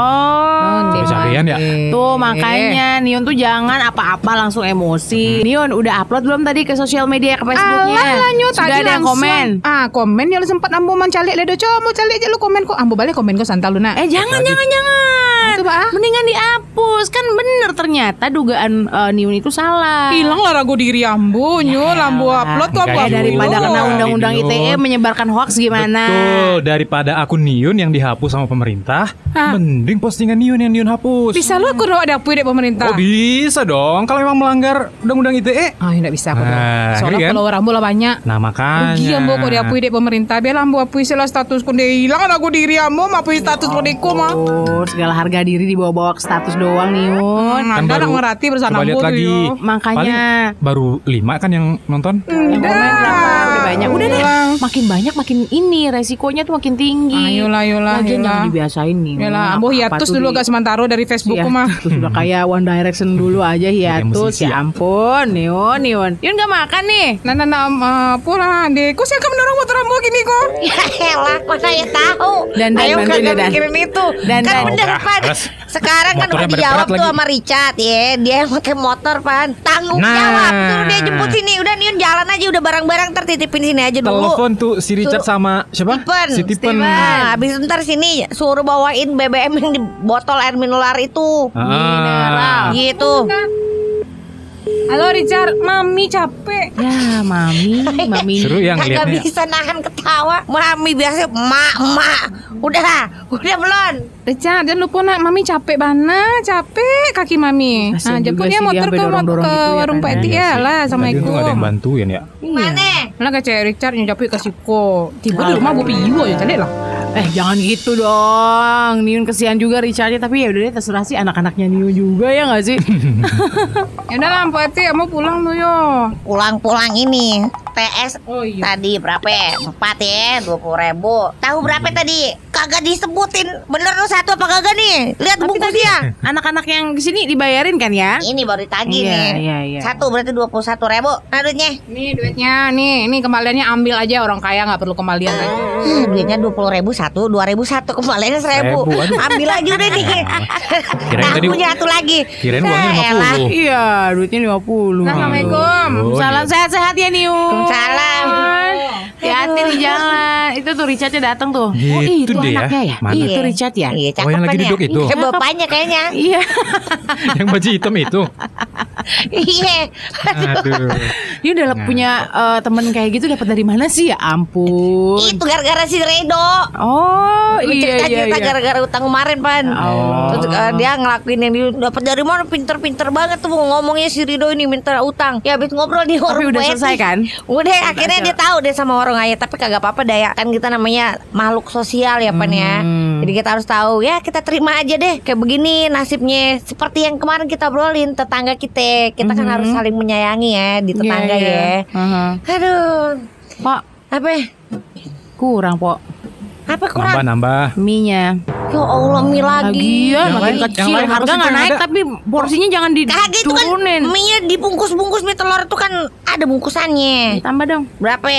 Oh. Cabe-cabean ya? Tuh makanya Nion tuh jangan apa-apa langsung emosi. Nion udah upload belum tadi ke sosial media ke Facebooknya? Alah lah nyo Sudah tadi ada yang langsung. komen. Ah komen ya lu sempat ambo mancalik ledo coba mau calik aja lu komen kok ambo balik komen kok santal lu nak. Eh jangan jangan jangan. Itu, Pak. Mendingan dihapus. Kan bener ternyata dugaan eh, Nion itu salah. Hilang lah ragu diri ambo nyo lambo upload tuh ambo Ya Enggak daripada juga. kena undang-undang I T E Nion. menyebarkan hoax gimana? Betul, daripada akun Niun yang dihapus sama pemerintah, Hah? mending postingan Niun yang Niun hapus. Bisa lu aku rawat dapur dek pemerintah. Oh bisa dong, kalau memang melanggar undang-undang I T E. Ah, enggak bisa aku. Nah, Soalnya ini kan. kalau rambo lah banyak. Nah makanya. Rugi ambo kok diapui dek pemerintah. Biar ambo apui sila status kun dia hilang kan aku diri ambo mapui status kodeko mah. Oh, segala harga diri dibawa-bawa ke status doang Niun. Hmm, Anda nak ngerti bersama coba lihat ambo tuh lagi. yo. Makanya. Paling baru lima kan yang nonton. Yang komen berapa? Udah banyak. Udah deh. Udah. Makin banyak makin ini resikonya tuh makin tinggi. Ayolah, ayolah, Lagian ayolah. jangan dibiasain nih. Yalah, ambo hiatus dulu agak sementara dari Facebookku mah. Terus udah kayak One Direction dulu aja hiatus. musisi Ya ya. ampun, Nion, Nion. Nion gak makan nih. Nah, nah, nah, uh, pulang deh. Kok sih akan mendorong motor ambo gini kok? Ya elah, kok saya tahu. Dan, dan, Ayo bantuin kagak ya, Dan. mikirin itu. Dan, kan Dan. bener Oh, Pan. beres. Sekarang kan Motornya udah dijawab berat-berat tuh lagi. sama Richard ya. Dia yang pakai motor Pan. Tanggung Nah. jawab. Suruh dia jemput sini. Udah Niun jalan aja. Udah barang-barang ntar titipin sini aja dulu. Telepon tuh si Richard Suruh- sama siapa? Steven. Si Tipen. Nah, habis itu ntar sini suruh bawain B B M yang di botol air mineral itu. Ah. Gitu. Halo Richard, mami capek. Ya, mami, mami. Seru ya Kagak ngeliatnya. bisa nahan ketawa. Mami biasa emak emak. Udah, udah belum. Richard, jangan lupa nak, mami capek banget, capek kaki mami. Kasian Nah, jemput juga ya sih motor dia ke, sampai dorong-dorong ke gitu ya warung kan. Pak Eti Iya ya sih. lah. Tadi Assalamualaikum. untung ada yang bantuin ya. Mana? Lah kayak Richard yang capek kasih ko. Tiba di rumah bu piu aja calik lah. Eh jangan gitu dong. Niun kesian juga Richardnya. Tapi ya udah deh terserah sih anak-anaknya Niun juga ya gak sih? Ya udah lah Pak Eti, mau pulang tuh yo. Pulang-pulang ini T S Oh iya. tadi berapa ya? Empat ya, dua puluh ribu. Tahu berapa tadi? Kagak disebutin. Bener lu satu apa kagak nih? Lihat Tapi tadi bungkusnya. anak-anak yang kesini dibayarin kan ya? Ini baru ditagih Iya, nih. iya, iya. Satu berarti dua puluh satu ribu. Nah duitnya. Nih duitnya, nih, ini kembaliannya ambil aja, orang kaya nggak perlu kembalian lagi. Hmm, duitnya dua puluh ribu satu, dua ribu satu, kembaliannya seribu. Seribu, aduh. Ambil aja udah nih. Kirain tadi- Tangguhnya satu lagi. Kirain uangnya Nah, lima elah. puluh. Iya, duitnya lima puluh. Assalamualaikum. Oh, Salam iya. sehat-sehat ya Niun. Salam. Hati-hati di jalan. Itu tuh Richardnya datang tuh. Gitu oh itu deh ya. anaknya ya? Mana? Itu Richard ya? Iya, Oh, yang lagi cakepan ya. duduk itu? Iya, bapaknya kayaknya. Iya. Yang baju hitam itu. Iya. Aduh. Dia udah punya eh, temen kayak gitu dapat dari mana sih ya ampun. Itu gara-gara si Redo. Oh iya iya Cerita-cerita iya. gara-gara utang kemarin Pan. Oh. Terus eh, dia ngelakuin yang dia dapat dari mana, pinter-pinter banget tuh ngomongnya si Rido ini minta utang. Ya habis ngobrol di warung Tapi udah Poeti. selesai kan? Udah akhirnya dia tahu deh sama warung ayah. Tapi kagak apa-apa daya. Kan kita namanya makhluk sosial ya Pan ya. Hmm. Jadi kita harus tahu ya, kita terima aja deh. Kayak begini nasibnya. Seperti yang kemarin kita obrolin tetangga kita. Kita kan Mhm. harus saling menyayangi ya di tetangga Iya, iya. ya. Aha. Aduh. Pak, Apa? kurang Pok Apa kurang? Nambah-nambah. mie-nya. Ya Allah, mie lagi. Lagian Yang makin lain- yang kecil lain apa harga sih nggak yang naik ada? tapi porsinya jangan Kagak itu kan diturunin. mie-nya dibungkus-bungkus mie telur itu kan ada bungkusannya. Tambah dong. Berapa ya?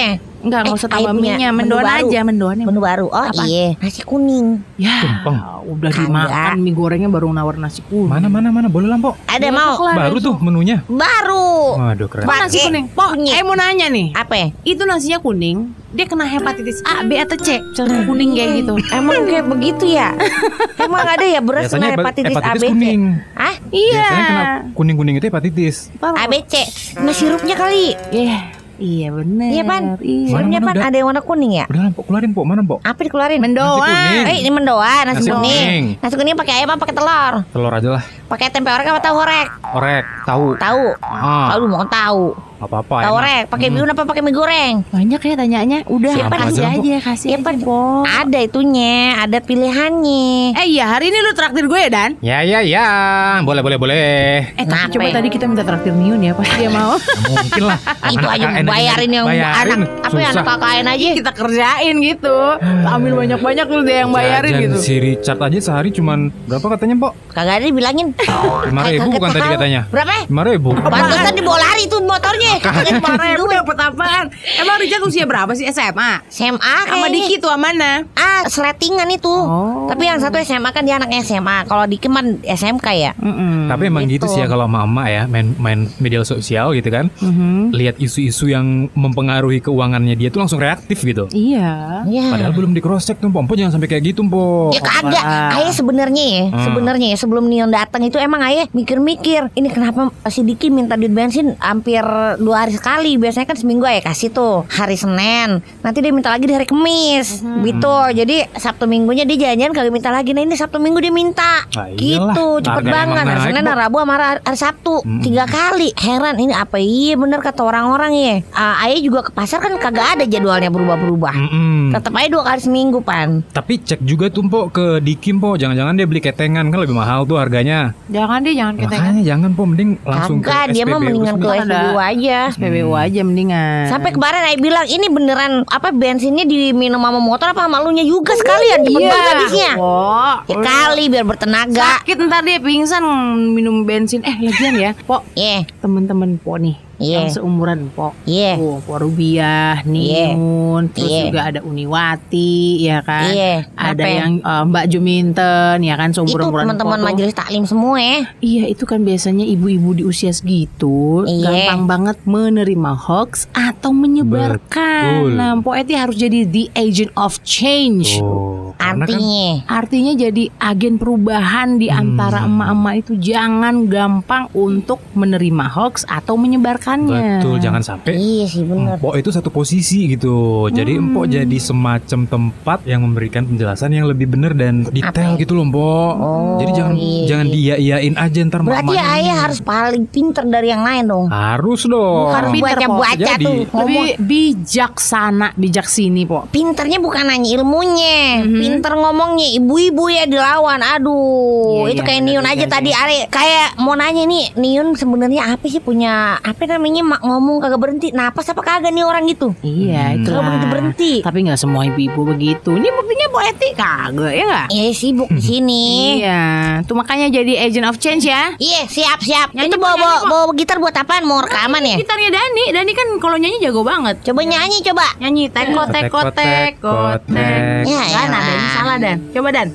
Enggak, enggak Eh, usah tambah ayah punya mie-nya, menu mendoan baru. aja, mendoan. Menu baru. Oh Apa? iya, nasi kuning. Ya, Tumpeng. udah Kagak. dimakan mie gorengnya baru nawar nasi kuning. Mana mana mana boleh lah, Pok. Ada Besok mau? lah, Baru besok. tuh menunya. Baru. Waduh keren. Mana nasi Pakai kuning? Pok, kunyit. eh mau nanya nih. Apa ya? Itu nasinya kuning, dia kena hepatitis A, B atau C? Cerita kuning kayak gitu. Emang kayak begitu ya? Emang ada ya beras kena Biasanya hepa- hepatitis, hepatitis A B C? kuning. Hah? Iya. Biasanya kena kuning-kuning itu hepatitis. A B C. Kena sirupnya kali. Iya, iya bener. Iya, Pan. Iya. Sirupnya Mana, Pan udah. ada yang warna kuning ya? Udah lah, Pok, keluarin, Pok. Mana, Pok? Apa dikeluarin? Mendoan. Nasi kuning. Eh, ini mendoan, nasi, Nasi kuning. kuning. Nasi kuning pakai ayam apa pakai telur? Telur aja lah. Pakai tempe orek apa tahu orek? Orek, tahu. Tahu. Ah, Aduh, mau tahu. apa-apa. Tahu enak. orek, pakai Hmm. bihun apa pakai mie goreng? Banyak ya tanyanya. Udah, Siapa kasih aja, Pok? aja, kasih Iya, aja, Pan. Pok. Ada itunya, ada pilihannya. Eh iya, hari ini lu traktir gue ya, Dan? Ya ya ya, boleh boleh boleh. Eh, tapi Kenapa coba ya? tadi kita minta traktir Niun ya, pasti dia mau. Nggak mungkin lah. Itu Anak aja K K N bayarin yang bayarin. anak apa ya anak Susah. K K N aja. Kita kerjain gitu. Ambil banyak-banyak lu deh yang bayarin Jajan gitu. si Richard aja sehari cuman berapa katanya, Pok? Kagak ada dibilangin. Lima ribu Kaget bukan tadi tahu. katanya. Berapa? Lima ribu. Pantesan dibawa lari tuh motornya. Kaget banget Lu dapet apaan? Emang Richard usia berapa sih? S M A? S M A Sama kayaknya. Diki tuh mana? Ah, seletingan itu. Oh. Tapi yang satu S M A kan dia anaknya S M A. Kalau Diki kan S M K ya. Mm-mm. Tapi emang gitu Gitu. sih ya kalau mama ya main main media sosial gitu kan. Mhm. Lihat isu-isu yang mempengaruhi keuangannya dia tuh langsung reaktif gitu. Iya. Iya. Padahal belum di cross check tuh, Pok. Pok, jangan sampai kayak gitu, Pok. Ya kagak. Apa? Ayah sebenarnya ya, Hmm. sebenarnya ya sebelum Nion datang itu emang ayah mikir-mikir, ini kenapa si Diki minta duit bensin hampir dua hari sekali. Biasanya kan seminggu ayah kasih tuh hari Senin. Nanti dia minta lagi di hari Kamis. Gitu. Jadi Sabtu Minggunya dia jajan kagak minta lagi. Nah ini Sabtu Minggu dia minta. Ah, iyalah. Gitu, cepet Harganya banget. emang Hari naik, Senin, Pok. hari Rabu sama hari, hari Sabtu. Hmm. Tiga kali. Heran ini apa iya bener kata orang-orang ya. Ah, ayah juga ke pasar kan kagak ada jadwalnya berubah-berubah. Mm-mm. Tetap aja dua kali seminggu, Pan. Tapi cek juga tuh, Pok, ke Dikim, Pok. Jangan-jangan dia beli ketengan kan lebih mahal tuh harganya. Jangan deh, jangan ketengan. Makanya jangan, Pok, mending langsung Kagak, ke dia mah S P B U mendingan ke semua. S P B U aja. S P B U aja mendingan. Sampai kemarin Ayah bilang ini beneran apa bensinnya diminum sama motor apa sama malunya juga sekalian cepet Iya. banget habisnya. Pok. Ya kali biar bertenaga. Sakit ntar dia pingsan minum bensin. Eh lagian ya, Pok, Iya, temen-temen Pok nih Iya. yang seumuran Pok. iya, Tuh, Pok Rubiah, Niun, terus Iya. juga ada Uniwati, ya kan? iya. Ada Apa? yang eh, Mbak Juminten, ya kan, itu seumuran teman-teman Pok tuh. majelis taklim semua ya. Iya, itu kan biasanya ibu-ibu di usia segitu Iya. gampang banget menerima hoax atau menyebarkan. Betul. Nah, Pok Eti harus jadi the agent of change. Tuh, karena kan Artinya Artinya jadi agen perubahan di antara Hmm. emak-emak itu. Jangan gampang untuk menerima hoax atau menyebarkannya. betul, jangan sampai iya sih bener. Empok itu satu posisi gitu. Jadi Hmm. Empok jadi semacam tempat yang memberikan penjelasan yang lebih benar dan detail Apa? gitu loh, Empok. Oh, Jadi jangan iya, jangan iya. dia-iyain aja ntar Berarti mamanya ayah ini. harus paling pinter dari yang lain dong. harus dong. Harus pinter, baca-baca Jadi, tuh. Lebih Ngomong. bijaksana, bijaksini, Pok. Pinternya bukan nanya ilmunya, Mhm. pinter ngomongnya. Ibu-ibu ya dilawan, aduh, Iya, itu iya, kayak benar Niun juga aja sih. tadi, Are. Kayak mau nanya nih, Niun sebenarnya apa sih punya apa namanya mak ngomong kagak berhenti, napas apa kagak nih orang gitu? Iya, Hmm. itu Kagak berhenti berhenti. Tapi nggak semua ibu-ibu begitu. Ini buktinya Pok Eti kagak, ya nggak? Iya sibuk di sini. Iya, tuh makanya jadi agent of change ya. Iya siap siap. Nyanyi, Itu Pok, bawa bawa, nyanyi, Pok. bawa gitar buat apaan? Mau rekaman ya? Gitarnya Dani, Dani kan kalau nyanyi jago banget. Coba nyanyi coba. Nyanyi teko teko teko tek. Ya, Kan elah. nadanya salah Dan. Coba Dan.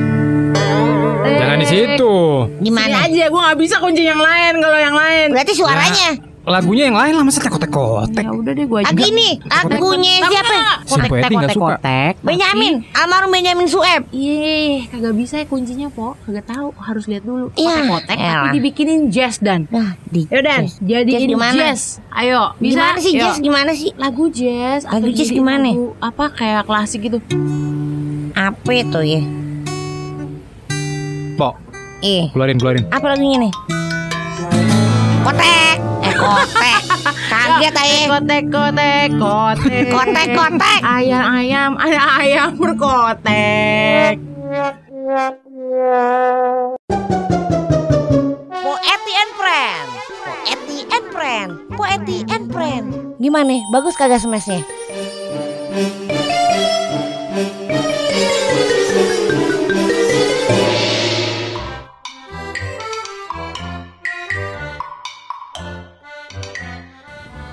Jangan di situ. Di Sini mana? aja, gue nggak bisa kunci yang lain kalau yang lain. Berarti suaranya. Lagunya yang lain lah, masa teko-teko-tek. Ya udah deh, gue aja. Ah gini, lagunya siapa? Si Pok Eti nggak suka. Tek. Benyamin, almarhum Benyamin Sueb. Iya, kagak bisa ya kuncinya, Pok. Kagak tahu, harus lihat dulu. Iya, Kotek-kotek elah. tapi dibikinin jazz Dan. Nah, di. Yaudah, Dan, Jazz. jadiin Jazz gimana? jazz. Ayo, bisa? Gimana sih Yuk. Jess? Gimana sih? Lagu jazz Lagu atau jazz jadiin gimana? lagu apa kayak klasik gitu. Apa itu ya? Pok, Eh, keluarin keluarin. apa lagunya nih? Kotek. Eh, kotek. Kaget aja. Kotek kotek kotek. Kotek, kotek. Ayam ayam ayam ayam berkotek. Poeti and Friend. Poeti and Friend. Poeti and Friend. Gimana? Bagus kagak smashnya?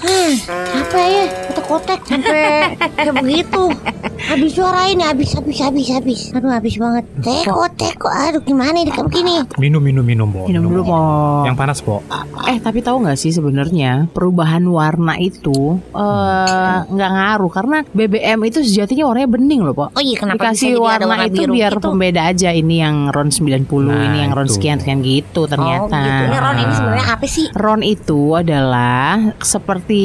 Hmm, apa ya? Kotek-kotek sampai kayak begitu. Habis suara ini, habis, habis, habis, habis. Aduh, habis banget. Teko, teko. Aduh, gimana ini kayak begini? Minum, minum, minum, Po. Minum dulu, Po. Yang panas, Po. Eh, tapi tahu nggak sih sebenarnya perubahan warna itu eh nggak ngaruh karena B B M itu sejatinya warnanya bening loh, Po. Oh iya, kenapa bisa Dikasih jadi ada warna, warna itu biru? biar Itu- pembeda aja, ini yang RON sembilan puluh, Nah, ini yang RON itu. sekian sekian gitu ternyata. Oh gitu. Ini Ron ini sebenarnya apa sih? RON itu adalah seperti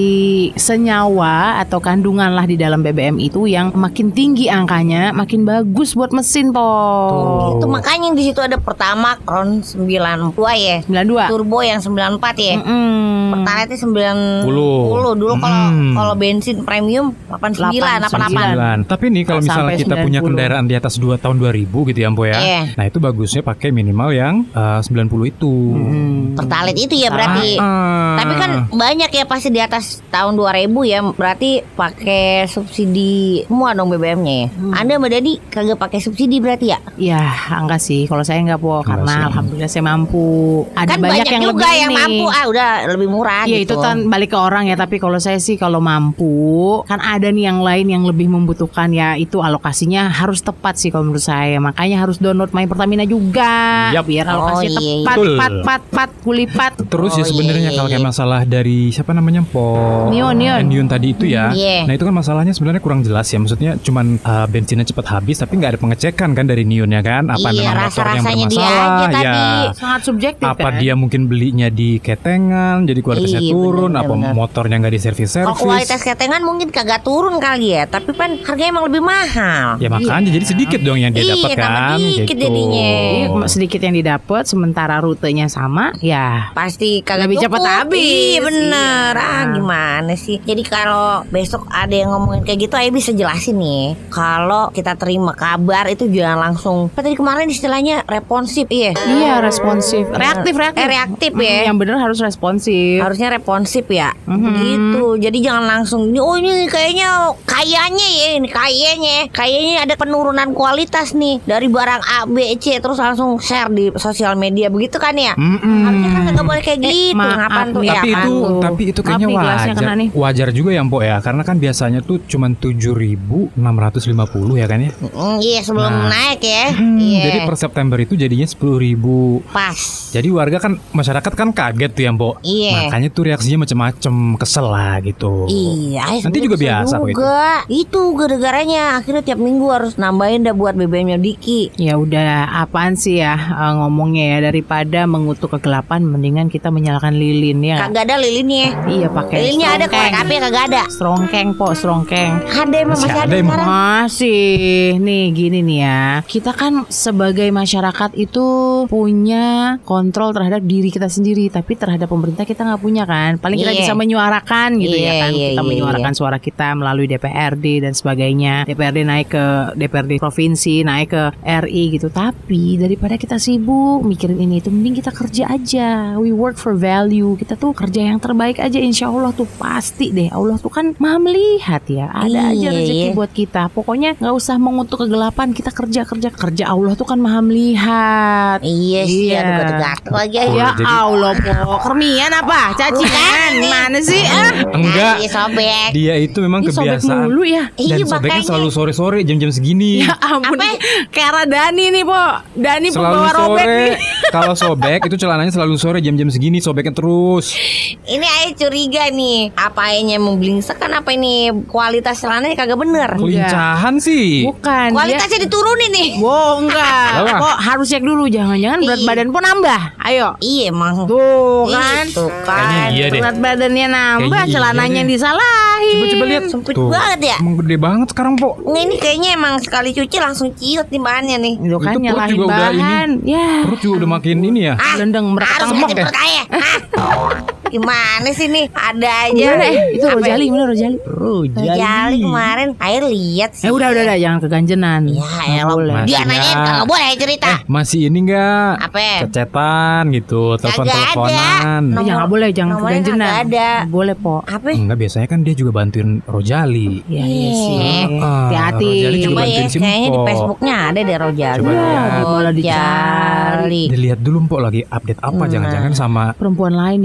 senyawa atau kandungan lah di dalam B B M itu yang makin tinggi angkanya, makin bagus buat mesin, Po. Itu makanya di situ ada pertama Ron sembilan puluh dua ya. sembilan puluh dua. Turbo yang sembilan puluh empat ya. Mm-mm. Pertalite sembilan Puluh. puluh dulu kalau Mm. kalau bensin premium delapan puluh sembilan, delapan puluh delapan. Sembilan. Tapi nih kalau Sampai misalnya kita punya sembilan puluh. kendaraan di atas dua tahun dua ribu gitu ya, Po ya. Iya. Nah, itu bagusnya pakai minimal yang uh, sembilan puluh itu. Mm. Pertalite itu ya berarti. Ah. Tapi kan banyak ya pasti di atas tahun dua ribu ya. Berarti pakai subsidi semua dong B B M-nya ya. Anda Mbak Dadi kagak pakai subsidi berarti ya? Ya, enggak sih. Kalau saya enggak, Po, Enggak karena sih. alhamdulillah saya mampu. Ada Kan banyak, banyak, yang juga lebih yang ini. mampu. Ah udah lebih murah Ya gitu. itu kan balik ke orang ya. Tapi kalau saya sih kalau mampu, kan ada nih yang lain yang lebih membutuhkan, ya itu alokasinya harus tepat sih kalau menurut saya. Makanya harus download My Pertamina juga. Yap. Biar alokasinya Oh, iya, iya. tepat, Betul. pat, pat, pat, kulipat. Terus Oh, ya sebenarnya iya, kalau iya, kayak iya. masalah dari siapa namanya Po Nion, Nion. Nion tadi itu ya. Iya. Nah itu kan masalahnya sebenarnya kurang jelas ya. Maksudnya cuman uh, bensinnya cepat habis tapi nggak ada pengecekan kan dari Nionnya kan. Apa Iya, memang motor yang rasa-rasanya dia bermasalah? aja tadi. Ya. Sangat subjektif Apa kan. dia mungkin belinya di ketengan jadi kualitasnya Iya, turun? bener, Apa bener. motornya nggak di servis Kalau servis? kualitas ketengan mungkin kagak turun kali ya. Tapi kan harganya emang lebih mahal. Ya makanya jadi sedikit dong yang dia Iya, dapat tambah kan. dikit Gitu. jadinya. Iya, sedikit yang didapat sementara rutenya sama, ya Pasti kagak Lebih cukup. cepet habis. Iya bener. Iya. Ah gimana sih? Jadi kalau besok ada yang ngomongin kayak gitu, Ayo bisa jelasin nih. Kalau kita terima kabar itu jangan langsung. Kan tadi kemarin istilahnya responsif, iya. Iya, responsif, reaktif, reaktif. Eh, reaktif Mm, ya. Yang bener harus responsif. Harusnya responsif ya. Mhm. Gitu. Jadi jangan langsung oh ini kayaknya kayaknya ya ini kayaknya kayaknya ada penurunan kualitas nih dari barang A B C terus langsung share di sosial media begitu kan ya? Mm-mm. Harusnya kan nggak boleh kayak Eh, gitu. maaf Ngapain tuh nih, ya? Tapi apaan itu tuh? tapi itu Maaf kayaknya nih, gelasnya wajar. kena nih. Wajar juga ya, Mpok ya. Karena kan biasanya tuh cuman tujuh ribu enam ratus lima puluh ya kan ya. Mm, iya sebelum Nah. naik ya. Hmm, Iya. Jadi per September itu jadinya sepuluh ribu. Pas. Jadi warga kan masyarakat kan kaget tuh ya, Mbok. Iya. Makanya tuh reaksinya macem-macem, kesel lah gitu. Iya, Nanti sebenarnya juga bisa biasa kok itu. juga. Itu gara-garanya akhirnya tiap minggu harus nambahin dah buat B B M-nya Diki. Ya udah, apaan sih ya eh, ngomongnya ya, daripada mengutuk kegelapan mendingan kita menyalakan lilin ya. Kagak ada lilinnya. Iya, pakai Lilinnya ada, korek api kagak ada. Strongkeng, Po, strongkeng. Ada emang Masih masih ada ada emang. sekarang. Masih. Nih gini nih ya. Kita kan sebagai masyarakat itu punya kontrol terhadap diri kita sendiri, tapi terhadap pemerintah kita nggak punya kan. Paling kita Iya. bisa menyuarakan gitu Iya, ya kan. iya, Kita iya, menyuarakan suara kita melalui D P R D dan sebagainya. D P R D naik ke D P R D provinsi, naik ke R I gitu. Tapi daripada kita sibuk mikirin ini itu, mending kita kerja aja. We work for value. Kita tuh kerja yang terbaik aja, insya Allah tuh pasti deh. Allah tuh kan maha melihat ya. Ada aja Iya, rezeki iya. buat kita. Pokoknya nggak usah mengutuk kegelapan. Kita kerja kerja kerja. Allah tuh kan maha melihat. Iya sih, Iya. aduh gatel lagi aja. Ya Jadi- Allah, Po. Kermian apa? Cacingan? Mana sih? Ah. Enggak. Iya, sobek. Dia itu memang Ih, sobek kebiasaan. mulu ya. Dan Iya, sobeknya makanya. selalu sore-sore jam-jam segini. Ya ampun. Apa? Kayak arah Dani nih, Po. Dani Selalu pembawa robek sore. nih. Kalau sobek itu celananya selalu sore jam-jam segini sobeknya terus. Ini Ayo curiga nih. Apa Ayahnya membelingsek kan apa ini kualitas celananya kagak bener. Kelincahan sih. Bukan. Dia Kualitasnya diturunin nih. Wow, enggak. Lah. Kok harus cek dulu, jangan-jangan berat Iya. badan pun nambah. Ayo. Iya emang. Tuh kan. Tuh kan. Kayaknya iya deh. Berat badannya nambah, Kayaknya iya celananya deh. yang disalahin. Coba-coba lihat. Sempit Tuh. banget ya. Emang gede banget sekarang, Po. Nggak, ini kayaknya emang sekali cuci langsung ciut nih bahannya nih. Itu kan Itu perut nyalahin juga udah ini. bahan. Ya. Perut juga udah makin ini ya. Ah, Lendeng harus merekatang ganti mok ya. perut Ayah. Ah. Gimana sih nih? Ada aja. Gimana eh? Itu Apa ya? Rojali, mana Rojali? Rojali kemarin Ayo lihat sih. Eh udah udah udah jangan keganjenan. Ya Nggak elah. boleh. Dia Masih nanyain ya. kagak boleh cerita. Eh, masih ini enggak? Apa? Cecetan gitu, telepon-teleponan. Eh, jangan nggak boleh, jangan nomornya keganjenan. kagak ada. Nggak boleh, Po. Apa? Enggak, biasanya kan dia juga bantuin Rojali. Ya iya sih. Ah, Hati-hati. Rojali juga Coba ya, bantuin si kayaknya di Mpok. Facebooknya ada deh Rojali. Coba lihat. Malah dicari. Rojali. Dilihat dulu Mpok lagi update apa, Nah. jangan-jangan sama Perempuan lain ya, Po. jangan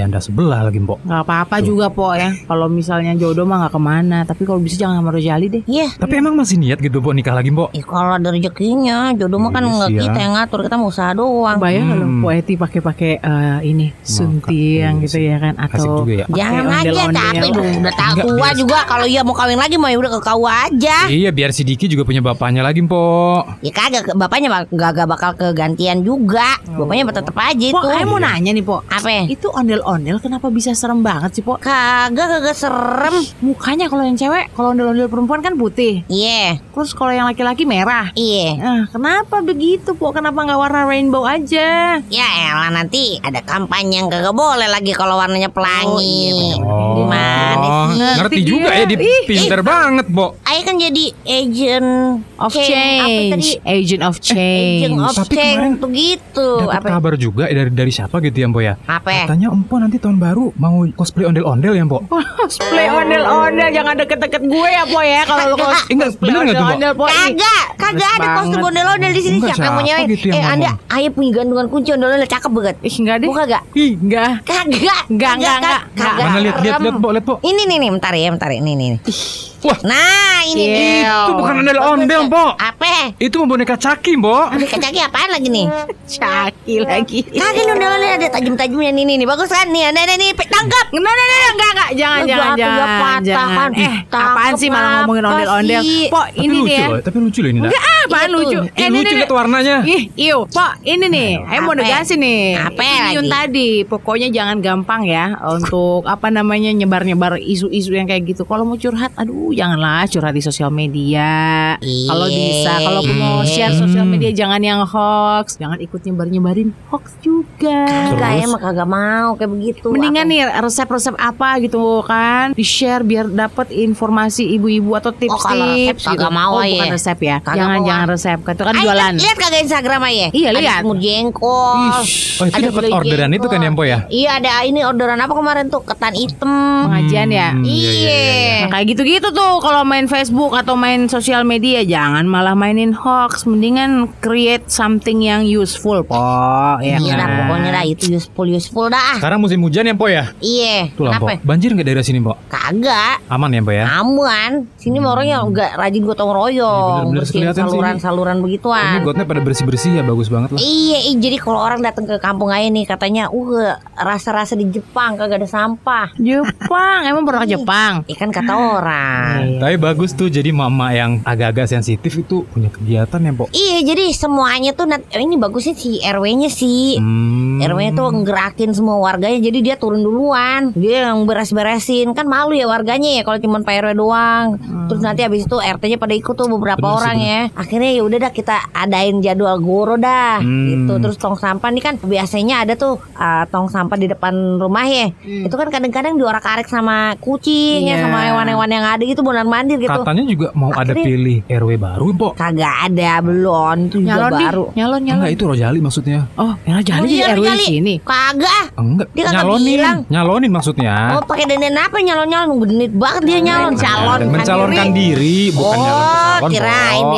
anda sebelah lagi, Mbok. Nggak apa-apa juga po ya. Kalau misalnya jodoh mah nggak kemana. Tapi kalau bisa jangan sama Rojali deh. Iya. Tapi emang masih niat gitu, Mbok, nikah lagi, Mbok? Ya kalau ada rezekinya, jodoh mah kan Iya nggak sih ya. kita yang ngatur, kita mau usaha doang. Bayang kalau Hmm. Po Eti pakai-pakai eh, ini suntiang iya gitu sih. ya kan, Asik atau juga ya. pakai Jangan aja ondel-ondel. capek dong, udah tahu Enggak, tua biar- juga. Kalau iya mau kawin lagi mah ya udah ke kau aja. Iya, biar si Diki juga punya bapaknya lagi, Mbok. Ya kagak, bapaknya bak- gak bakal kegantian juga. Bapaknya tetep aja Po, itu. saya mau nanya nih Po. Apa? Itu ondel-ondel kenapa bisa serem banget sih Po? Kagak, kagak serem. Mukanya kalau yang cewek, kalau ondel-ondel perempuan kan putih. Iya, Terus kalau yang laki-laki merah. iya. Nah, kenapa begitu Po? Kenapa nggak warna rainbow aja? Ya elah, nanti ada kampanye yang kagak boleh lagi kalau warnanya pelangi. Oh, Gimana sih? ngerti juga ya, di pinter banget, Mbok. Ayo kan jadi agent Of Apa tadi? change, agent of Agent change. of Tapi change kemarin tuh gitu. Dapat Apa? kabar juga dari dari siapa gitu ya, Mbok ya? Apa? Katanya Empo nanti tahun baru mau cosplay ondel-ondel ya, Mbok? Cosplay ondel-ondel, jangan deket-deket gue ya Po ya. Kalau lu cos- Eh, enggak, cosplay bener nggak tuh, Mbok? ondel-ondel Po. Ih, Kagak, kagak ada banget. kostum ondel-ondel di sini. Enggak, Siapa yang mau siapa nyewain? gitu yang Eh, Anda, ngomong? ayo punya gantungan kunci ondel-ondel cakep banget. Ih, enggak deh. Mau kagak? Ih, enggak. Kagak. Enggak, enggak, enggak. Kagak. Mana lihat lihat Serem. lihat, Mbok, lihat, Mbok. Ini nih nih, bentar ya, bentar ya. Ini nih. Wah, Nah, ini Iya. nih. itu bukan ondel-ondel, Mbok. Apa? Itu mau boneka Caki, Mbok. Ini kacaki apaan lagi nih? Caki lagi. Kagak nih ondel-ondel ada tajam-tajamnya nih nih nih. Bagus kan nih. Ada ada nih, pe- tangkap. Enggak, enggak, enggak, enggak, enggak. Jangan, Aduh, jangan, aku jangan, udah patah jangan. kan. Eh, Tangkep apaan sih malah ngomongin apa ondel-ondel? sih? Po, Tapi ini lucu nih ya. loh, tapi lucu loh ini, Nda. Enggak, apaan Iya, lucu? tuh. Eh, lucu lihat warnanya. Ih, iyo, Pak, ini nih, saya mau Apa? negasin nih. Apa Ini Yun lagi? tadi, pokoknya jangan gampang ya untuk apa namanya nyebar-nyebar isu-isu yang kayak gitu. Kalau mau curhat, aduh, janganlah curhat di sosial media. Iya. Kalau bisa, kalau mau share sosial media jangan yang hoax, jangan ikut nyebar-nyebarin hoax juga. Kagak emang kagak mau kayak begitu. Mendingan Apa? nih resep-resep apa gitu kan di share biar dapat informasi ibu-ibu atau Oh, kalau tips-tips resep kagak gitu. mau Oh, aja. bukan resep ya. Kagak jangan mau, jangan ah. resep. Itu kan Ayo, jualan. lihat- Lihat kagak Instagram aja? Iya, Ada lihat. semur jengkol. Oh, itu ada dapat gulai orderan itu kan ya, Mbok ya? Iya, ada ini orderan apa kemarin tuh? Ketan hitam. Pengajian ya. Hmm, iya, iya, iya, iya. Nah, kayak gitu-gitu tuh kalau main Facebook atau main sosial media jangan malah mainin hoax, mendingan create something yang useful, po. Ya Iya dah, kan? pokoknya dah itu useful useful dah. Sekarang musim hujan ya, Mbok ya? Iya. Tuh lah, Mbok. Kenapa? Banjir nggak daerah sini, Mbok? Kagak. Aman ya, Mbok ya? Aman. Sini mah orangnya enggak rajin gotong Iya, royong, bener-bener bersihin kelihatan sih ini. saluran-saluran Ini begituan. gotnya pada bersih-bersih ya, bagus banget lah. Iya, iya, jadi kalau orang datang ke kampung aja nih katanya, uh rasa-rasa di Jepang kagak ada sampah. Jepang, emang pernah ke Jepang? Ikan kata orang. Tapi bagus tuh, jadi mama yang agak-agak sensitif itu punya kegiatan ya, Mbok. Iya, jadi semuanya tuh nat- eh, ini bagusnya si R W-nya sih. Hmm. R W-nya tuh ngerakin semua warganya, jadi dia turun duluan. Dia yang beres-beresin. Kan malu ya warganya ya kalau cuma Pak R W doang. Terus nanti habis itu R T-nya pada ikut tuh beberapa Bener sih, orang bener. ya. Akhirnya ya udah dah kita adain jadwal goro dah. Hmm. Gitu. Terus tong sampah nih kan biasanya ada tuh uh, tong sampah di depan rumah ya. Itu kan kadang-kadang diorak-arik sama kucing ya, Iya. sama hewan-hewan yang ada gitu, mondar-mandir gitu. Katanya juga mau ada Akhirnya- pilih R W baru, Mbok. Kagak ada, belum. Itu juga Nyalon nih, baru. nyalon nyalon. Enggak, itu Rojali maksudnya. Oh, ya jadi Oh, iya, R W di Rojali. sini. Kagak. Enggak, Dia kagak nyalonin. bilang. Nyalonin maksudnya. Oh, pakai dandan apa nyalon-nyalon? Genit banget dia nyalon. Calon Dan mencalonkan diri, bukan nyalon Oh, pesalon. kirain Mbok. dia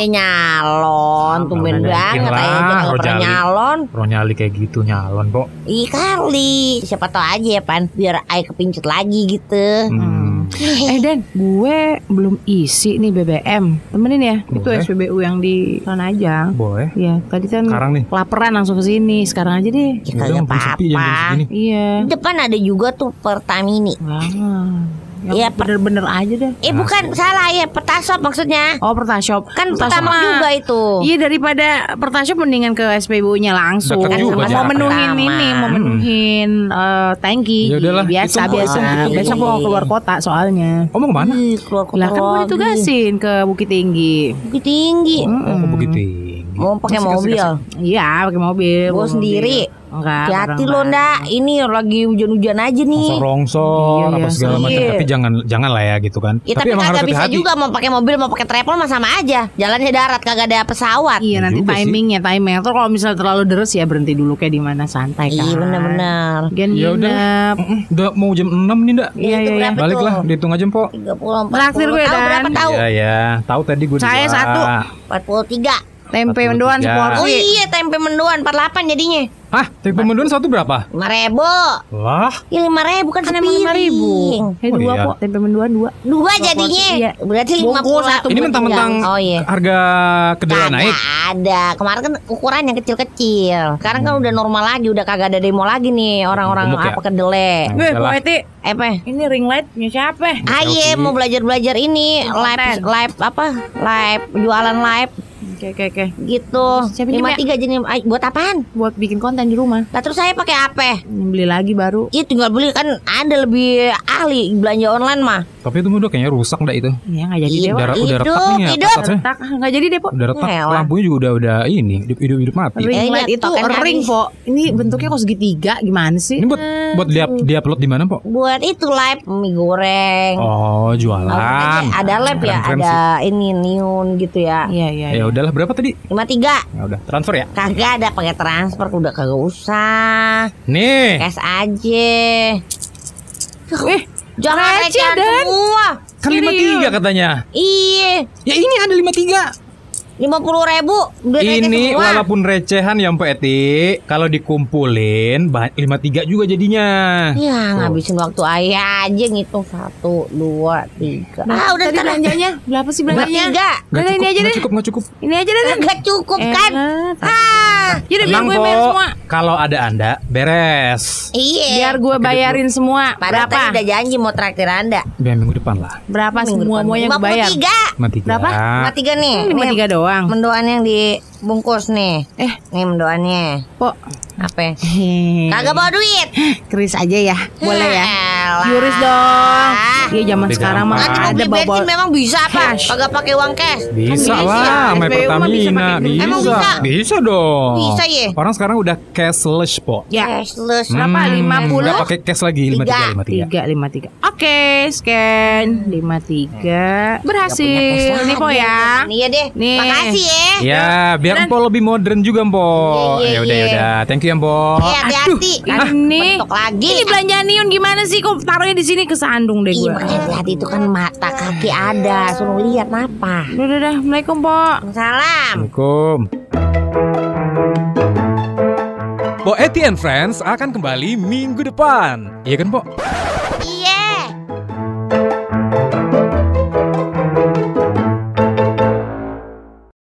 nyalon. Tumben Nggak banget mungkin aja lah, nggak pernah Rojali. nyalon. Rojali kayak gitu nyalon, Mbok. Ih kali. Siapa tahu aja ya, Pan. Biar Ai kepincut lagi gitu. Hmm. Eh Dan, gue belum isi nih B B M. Temenin ya. Itu Boleh. S P B U yang di sana aja. Boleh. Iya, tadi kan Sekarang nih. kelaparan langsung ke sini. Sekarang aja deh. Ya Udah, kagak mumpung sepi jam-jam apa-apa. segini. Iya. Depan ada juga tuh Pertamini. Wah. Yang Iya, bener-bener aja dah. Eh bukan, salah ya. Pertasop maksudnya. Oh, Pertashop. Kan Pertashop pertama mah- juga itu. Iya, daripada Pertashop mendingan ke S P B U-nya langsung. Deket juga mau jaraknya. menuhin ini, Pertama. mau menuhin eh, tangki. Ya udahlah, biasa itu- biasa. itu- Besok itu- mau keluar kota soalnya. Oh, mau kemana? Ih, keluar kota Lah kan gue lagi. ditugasin ke Bukit Tinggi. Bukit Tinggi. Oh, kok begitu? Mau pakai Kasih, kasih, mobil. kasih. Iya, pakai mobil. Gue bawa sendiri. mobil. Enggak. Hati-hati lo bareng-bareng. ndak. Ini lagi hujan-hujan aja nih. Rongsor-rongsor Iya, apa iya, segala macam, iya. tapi jangan jangan lah ya gitu kan. Ya, tapi, emang harus kagak bisa hati-hati. juga mau pakai mobil mau pakai travel mah sama aja. Jalannya darat kagak ada pesawat. Iya, nanti juga sih. timingnya, timing. Terus kalau misalnya terlalu deres ya berhenti dulu kayak di mana santai kan. Iya benar-benar. Gen Ya udah. nginep. Mm-mm, Udah mau jam enam nih, Ndak. Iya, Itu iya, berapa Balik tuh? lah, dihitung aja, Mpok. tiga puluh empat Traktir puluh. gue, Tahu Dan. berapa tahu? Iya ya, tahu tadi gue Saya dua. satu. empat puluh tiga. Tempe empat puluh mendoan tiga. seporsi. Oh iya, tempe mendoan empat puluh delapan jadinya. Hah, tempe mendoan satu berapa? lima ribu. Wah, Ya lima ribu kan Kan emang lima ribu. sepiring. Eh Oh, dua iya. kok, tempe mendoan dua. Dua Dua jadinya. porsi, iya. Berarti lima puluh Bungkus satu. ini mentang-mentang Oh iya. harga kedelai Kagak naik. ada. Kemarin kan ukurannya kecil-kecil. Sekarang kan udah normal lagi, udah kagak ada demo lagi nih orang-orang Gemuk ya? apa kedelai. Nah, Gue, udah lah. Bu Eti, Eh, apa? ini ring light punya siapa? Ah iya, mau belajar-belajar ini live Konten. live apa? Live jualan live Oke, oke, oke. gitu. Siapa lima ini, tiga jenis. Ay, buat apaan? Buat bikin konten di rumah. Lah terus saya pakai apa? Beli lagi baru. Iya tinggal beli kan ada lebih ahli belanja online mah. Tapi itu udah kayaknya rusak dah itu. Ya nggak jadi deh, Udah, Pak. udah retak hidup, nih ya, hidup. atasnya. Tak, nggak jadi deh, Po. Udah retak, Elah. lampunya juga udah udah ini, hidup hidup, hidup mati. Ring Eh, light lihat itu tokennya ring, habis. Po. Ini bentuknya kok segitiga, gimana sih? Ini buat buat dia dia upload di mana, Pok? Buat itu live mie goreng. Oh, jualan. Ada- ada live ya, Keren-keren ada ini neon gitu ya. Iya, iya. sih. Ya udahlah, berapa tadi? lima tiga. Ya udah, transfer ya. Kagak ada pakai transfer, udah kagak usah. Nih. Cash aja. Eh, Jangan receh, recehan Dan. semua. Kan lima tiga katanya. Iya, Ya ini ada lima tiga. lima puluh ribu. Duit receh Ini semua. walaupun recehan ya Mbak Eti, kalau dikumpulin lima tiga juga jadinya. Ya ngabisin waktu ayah aja ngitung satu, dua, tiga. Ah udah tadi ntar belanjanya berapa sih belanjanya? tiga. Gak Udah, cukup, ini aja gak deh. cukup, gak cukup. Ini aja deh. Dan. Gak cukup kan? Elah, Ah, Yaudah biar Tenang, gue bayar Po. semua. Kalau ada Anda, beres. iya. Biar gue bayarin semua. Padahal Berapa? tadi udah janji mau traktir Anda. Biar minggu depan lah. Berapa Minggu semua depan. mau yang lima gue puluh bayar? tiga. lima tiga. Berapa? lima tiga nih. Lima Ini tiga doang. mendoan yang dibungkus nih. Eh, Nih mendoannya. Po. Apa? Hehehe. Kagak bawa duit. Keris aja ya. Boleh ya. Elah. Yuris dong. Iya zaman Lebih sekarang mah gampang. Nanti mau ada beli bensin bawa. memang bisa apa? Cash. Kagak pakai uang cash. Bisa Bisa. lah, S My B U mah bisa Pertamina. pakai duit. Emang Bisa. bisa? Bisa dong. Bisa ya? Orang sekarang udah cashless, Po. Ya. Cashless. Berapa? lima puluh? Nggak pakai cash lagi, lima tiga, lima tiga. Tiga lima tiga. Oke, scan lima tiga. Berhasil. Nih Po ya. Iya deh. Nih. Makasih ya. Ya, biar Dan- Empo lebih modern juga, Empo. Iya, iya, Ya udah, iya. ya udah. Thank you, Empo. Eh, hati-hati. Ini Bentuk lagi. Ini belanjaan Niun gimana sih? Kok taruhnya di sini kesandung deh Iya gue. makanya hati-hati itu kan mata kaki ada. Suruh lihat apa. Udah, udah, udah. Assalamualaikum, Po. Salam. Assalamualaikum. Po Eti and Friends akan kembali minggu depan. Iya kan, Po? Iya.